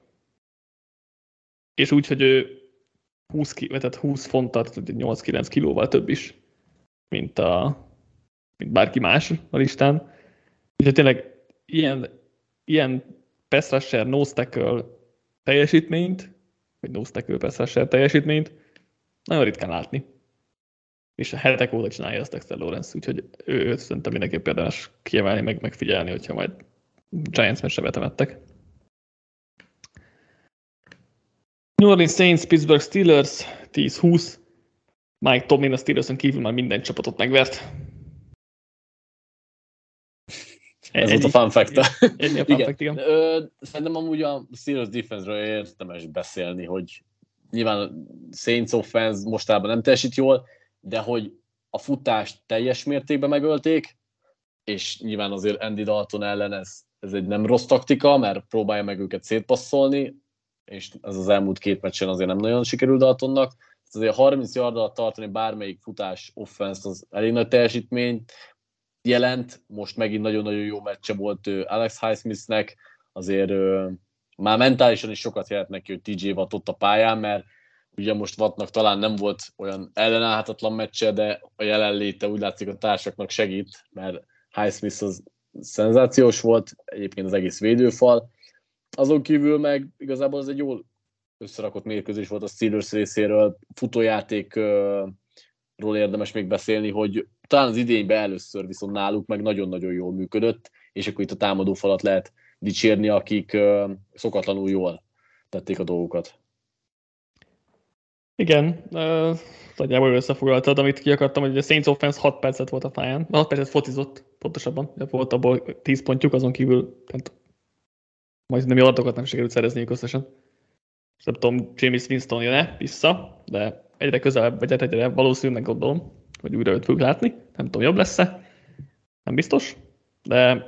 Speaker 1: És úgy, hogy ő húsz, tehát húsz fonttal, tehát nyolc-kilenc kilóval több is, mint, a, mint bárki más a listán. Úgyhogy tényleg ilyen, ilyen pass rusher, nose tackle teljesítményt, vagy nose tackle pass rusher teljesítményt nagyon ritkán látni. És a hetek óta csinálja ezt Dexter Lawrence, úgyhogy ő, őt szerintem mindenképp érdemes kiemelni, meg megfigyelni, hogyha majd Giants meccsre vetemettek. New Orleans Saints, Pittsburgh Steelers, tíz húsz. Mike Tomlin a Steelersen kívül már minden csapatot megvert.
Speaker 2: Ez volt a fun fact-a.
Speaker 1: Ennyi a fun fact, igen.
Speaker 2: Ö, szerintem amúgy a Steelers defense-ről érdemes beszélni, hogy nyilván a Saints offense mostában nem teljesít jól, de hogy a futást teljes mértékben megölték, és nyilván azért Andy Dalton ellen ez, ez egy nem rossz taktika, mert próbálja meg őket szétpasszolni, és ez az elmúlt két meccsen azért nem nagyon sikerült Daltonnak. Ez azért harminc yard alatt tartani bármelyik futás offense az elég nagy teljesítményt jelent. Most megint nagyon-nagyon jó meccse volt Alex Highsmithnek, azért uh, már mentálisan is sokat jelent neki, hogy té jé Watt ott a pályán, mert ugye most Wattnak talán nem volt olyan ellenállhatatlan meccse, de a jelenléte úgy látszik a társaknak segít, mert Highsmith az szenzációs volt, egyébként az egész védőfal. Azon kívül meg igazából ez egy jól összerakott mérkőzés volt a Steelers részéről, futójátékról érdemes még beszélni, hogy talán az idényben először viszont náluk meg nagyon-nagyon jól működött, és akkor itt a támadófalat lehet dicsérni, akik szokatlanul jól tették a dolgokat.
Speaker 1: Igen, uh, nagyjából összefoglaltad, amit ki akartam, hogy a Saints offense hat percet volt a pályán, hat percet focizott, pontosabban, volt abból tíz pontjuk, azon kívül tehát majd nem yardokat nem sikerült szerezniük összesen. Nem tudom, James Winston jön-e vissza, de egyre közelebb, vagy egyre valószínűleg gondolom, hogy újra őt fogjuk látni. Nem tudom, jobb lesz-e, nem biztos, de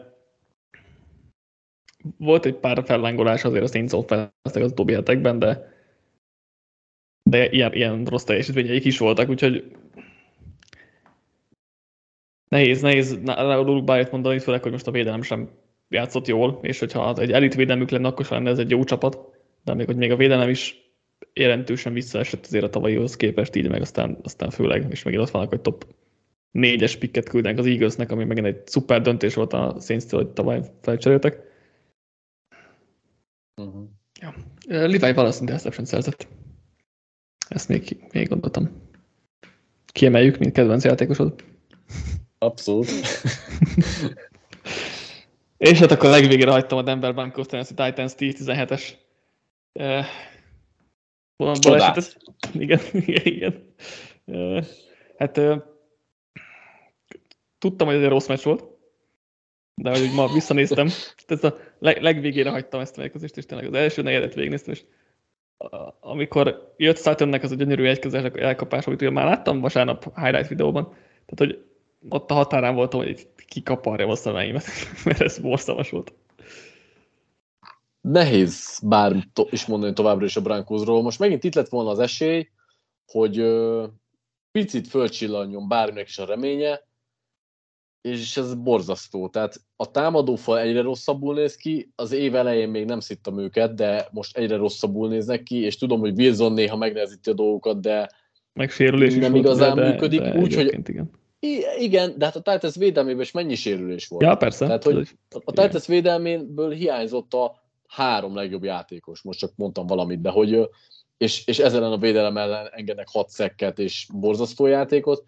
Speaker 1: volt egy pár fellángolás azért a Saints offense-nek az utóbbi hetekben, de de ilyen, ilyen rossz teljesítményeik is voltak, úgyhogy nehéz, nehéz róluk bárját mondani, főleg, hogy most a védelem sem játszott jól, és hogyha egy elit védelmük lenne, akkor sem lenne ez egy jó csapat, de még, hogy még a védelem is jelentősen visszaesett azért a tavalyihoz képest, így meg aztán, aztán főleg, és megint ott vannak, hogy top négyes pikket küldenek az Eaglesnek, ami megint egy szuper döntés volt a Saints-től, hogy tavaly felcseréltek. Uh-huh. Ja. Levi Wallace interception szerzett. Ezt még, még gondoltam. Kiemeljük, mint kedvenc játékosod.
Speaker 2: Abszolút.
Speaker 1: És hát akkor a legvégére hagytam a Denver Broncos Tennessee Titans tíz tizenhetes eh,
Speaker 2: Csodát.
Speaker 1: Igen, igen, igen. Eh, hát eh, tudtam, hogy ez egy rossz meccs volt, de hogy ma visszanéztem, ez a leg, legvégére hagytam ezt a mérkőzést, és tényleg az első negyedet végignéztem, és amikor jött Suttonnek az a gyönyörű egykezes elkapás, amit ugye már láttam vasárnap highlight videóban, tehát hogy ott a határán voltam, hogy kikaparjam a szemeimet, mert ez borzalmas volt.
Speaker 2: Nehéz bár to- is mondani továbbra is a Broncosról. Most megint itt lett volna az esély, hogy ö, picit fölcsillanjon bárminek is a reménye, és ez borzasztó. Tehát a támadófal egyre rosszabbul néz ki, az év elején még nem szittam őket, de most egyre rosszabbul néznek ki, és tudom, hogy Wilson néha megnehezíti a dolgokat, de
Speaker 1: meg sérülés
Speaker 2: nem
Speaker 1: is
Speaker 2: igazán
Speaker 1: volt,
Speaker 2: működik.
Speaker 1: de, de
Speaker 2: úgy, hogy
Speaker 1: igen.
Speaker 2: igen, de hát a Titans védelmében is mennyi sérülés volt.
Speaker 1: Ja, persze.
Speaker 2: Tehát, hogy a Titans védelméből hiányzott a három legjobb játékos, most csak mondtam valamit, de hogy és, és ezzel a védelem ellen engednek hat szekket és borzasztó játékot.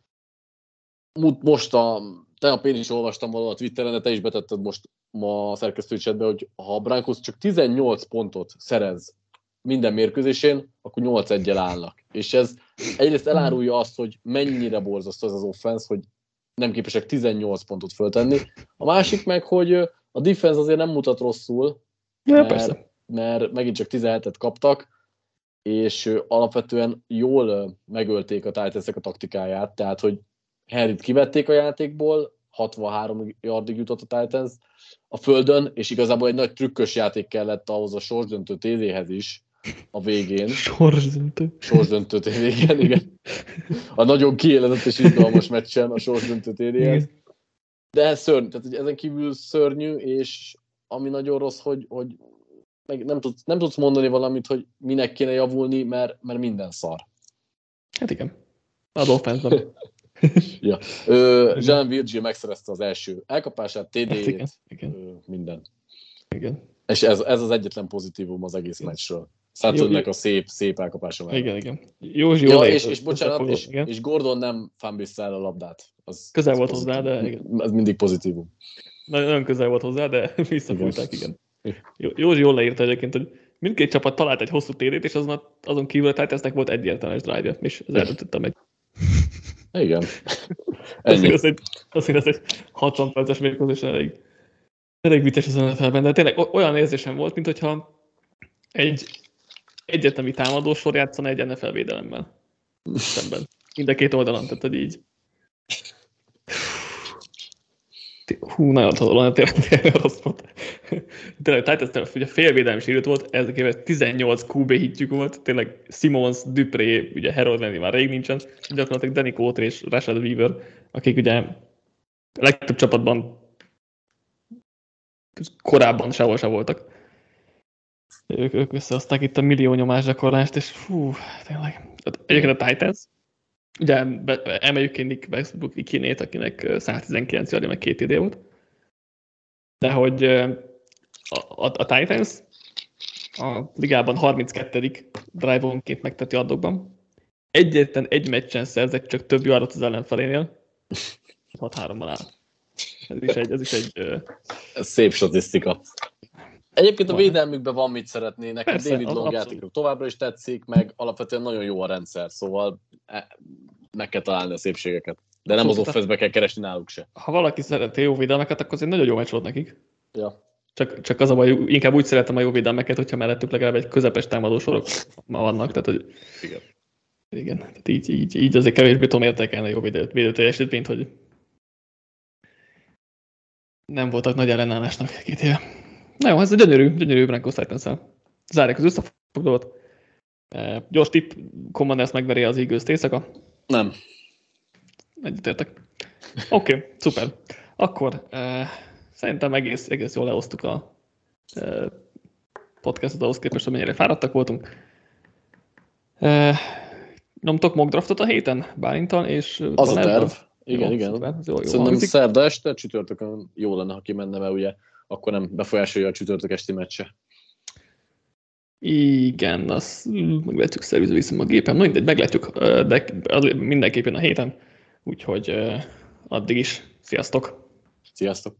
Speaker 2: Most a, tegnap én is olvastam valahol a Twitteren, de te is betetted most ma a szerkesztői chatbe, hogy ha a Broncos csak tizennyolc pontot szerez minden mérkőzésén, akkor nyolc egyel állnak. És ez egyrészt elárulja azt, hogy mennyire borzasztó ez az offense, hogy nem képesek tizennyolc pontot föltenni. A másik meg, hogy a defense azért nem mutat rosszul,
Speaker 1: ja,
Speaker 2: mert,
Speaker 1: persze.
Speaker 2: mert megint csak tizenhetet kaptak, és alapvetően jól megölték a Titansek a taktikáját, tehát, hogy Henryt kivették a játékból, hatvanhárom yardig jutott a Titans a földön, és igazából egy nagy trükkös játék kellett ahhoz a sorsdöntő té dé-hez is a végén.
Speaker 1: Sorsdöntő.
Speaker 2: Sorsdöntő té dé, igen, igen. A nagyon kiélezett és izgalmas meccsen a sorsdöntő té dé-hez. De ez szörnyű, tehát ezen kívül szörnyű, és ami nagyon rossz, hogy, hogy meg nem, tudsz, nem tudsz mondani valamit, hogy minek kéne javulni, mert, mert minden szar.
Speaker 1: Hát igen. Az offense-ben.
Speaker 2: ja. Jean Virgil megszerezte az első elkapását, té dé-jét, hát igen, igen. minden.
Speaker 1: Igen.
Speaker 2: És ez, ez az egyetlen pozitívum az egész igen. meccsről. Suttonnek a szép, szép elkapása mellett.
Speaker 1: Igen, igen. Józsi,
Speaker 2: ja, és, és bocsánat, és, és Gordon nem fumble-zte el a labdát. Az,
Speaker 1: közel
Speaker 2: az
Speaker 1: volt
Speaker 2: pozitív.
Speaker 1: hozzá, de igen.
Speaker 2: Ez mindig pozitívum.
Speaker 1: Nagyon közel volt hozzá, de visszafújták, igen. igen. Józsi jól leírta egyébként, hogy mindkét csapat talált egy hosszú té dét, és azon, azon kívül a Titansnek volt egyértelműs drive-ja, és ez eldöntötte meg.
Speaker 2: Igen.
Speaker 1: Ennyi. Azért, azért, azért ez egy hatvan perces mérkőzés elég, elég vicces az en ef el-ben, de tényleg olyan érzésem volt, mintha egy egyetemi támadósor játszana egy en ef el védelemmel szemben. Mind a két oldalon, tehát hogy így. Hú, nagyon tudom, tényleg rossz volt. Tényleg, Titans ugye félvédelmi sérült volt, ezekében tizennyolc kú bé hitjük volt, tényleg Simons, Dupré, ugye Harold Landry már rég nincsen, gyakorlatilag Danny Coulter és Rashad Weaver, akik ugye a legtöbb csapatban korábban sehol se voltak. Ők, ők összehozták itt a millió nyomásgyakorlást, és fú, tényleg. Egyébként a Titans, ugye be, emeljük ki Nick Westbrook-Ikinét, akinek száztizenkilenc yardja, meg két idő volt. De hogy a, a, a Titans a ligában harminckettedik drive-onként megtett yardokban. Egyetlen egy meccsen szerzett csak több yardot az ellenfelénél. hat hárommal áll. Ez is egy... Ez is egy
Speaker 2: ez szép statisztika. Egyébként a védelmükben van mit szeretni. Nekem persze, David Long játékok továbbra is tetszik, meg alapvetően nagyon jó a rendszer, szóval meg kell találni a szépségeket. De nem az offense-be kell keresni náluk se.
Speaker 1: Ha valaki szereti jó védelmeket, akkor az egy nagyon jó meccs volt nekik.
Speaker 2: Ja.
Speaker 1: Csak, csak az a baj, inkább úgy szeretem a jó védelmeket, hogyha mellettük legalább egy közepes támadó sorok vannak. Tehát, hogy
Speaker 2: igen.
Speaker 1: Igen, tehát így, így, így azért kevésbé tudom értékelni a jó védő teljesítményt, hogy nem voltak nagy ellenállásnak két éve. Na jó, ez egy gyönyörű, gyönyörű Broncos Titans-szel. Zárják az összefoglalót. E, gyors tipp, Commanders megveri az Eagles-t éjszaka?
Speaker 2: Nem.
Speaker 1: Egyetértek. Oké, okay, szuper. Akkor e, szerintem egész, egész jól lehoztuk a e, podcastot ahhoz képest, hogy mennyire fáradtak voltunk. E, nyomtok mock draftot a héten Bálintal, és
Speaker 2: az a terv. Igen,
Speaker 1: jó,
Speaker 2: igen.
Speaker 1: Szuper, jó, jó
Speaker 2: szerintem szerda este, csütörtökön jó lenne, ha kimenne, mert ugye akkor nem befolyásolja a csütörtök esti meccse.
Speaker 1: Igen, azt meglátjuk, szerviző viszem a gépem. No, mindegy, meglátjuk, de mindenképpen a héten. Úgyhogy addig is. Sziasztok!
Speaker 2: Sziasztok!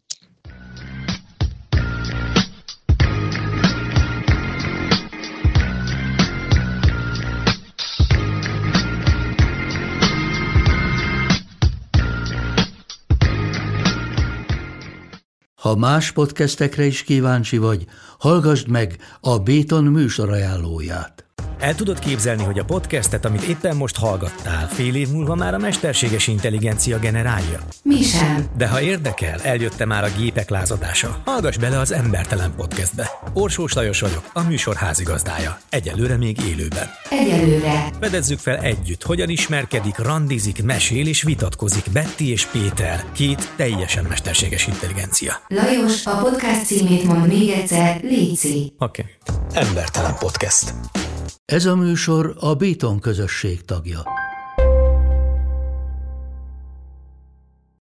Speaker 3: Ha más podcastekre is kíváncsi vagy, hallgassd meg a Béton műsor ajánlóját. El tudod képzelni, hogy a podcastet, amit éppen most hallgattál, fél év múlva már a mesterséges intelligencia generálja?
Speaker 4: Mi sem.
Speaker 3: De ha érdekel, eljötte már a gépek lázadása. Hallgass bele az Embertelen Podcastbe. Orsós Lajos vagyok, a műsor házigazdája. Egyelőre még élőben.
Speaker 4: Egyelőre.
Speaker 3: Fedezzük fel együtt, hogyan ismerkedik, randizik, mesél és vitatkozik Betty és Péter, két teljesen mesterséges intelligencia.
Speaker 4: Lajos, a podcast címét mond még egyszer, léci.
Speaker 3: Oké. Okay. Embertelen Podcast.
Speaker 5: Ez a műsor a Béton közösség tagja.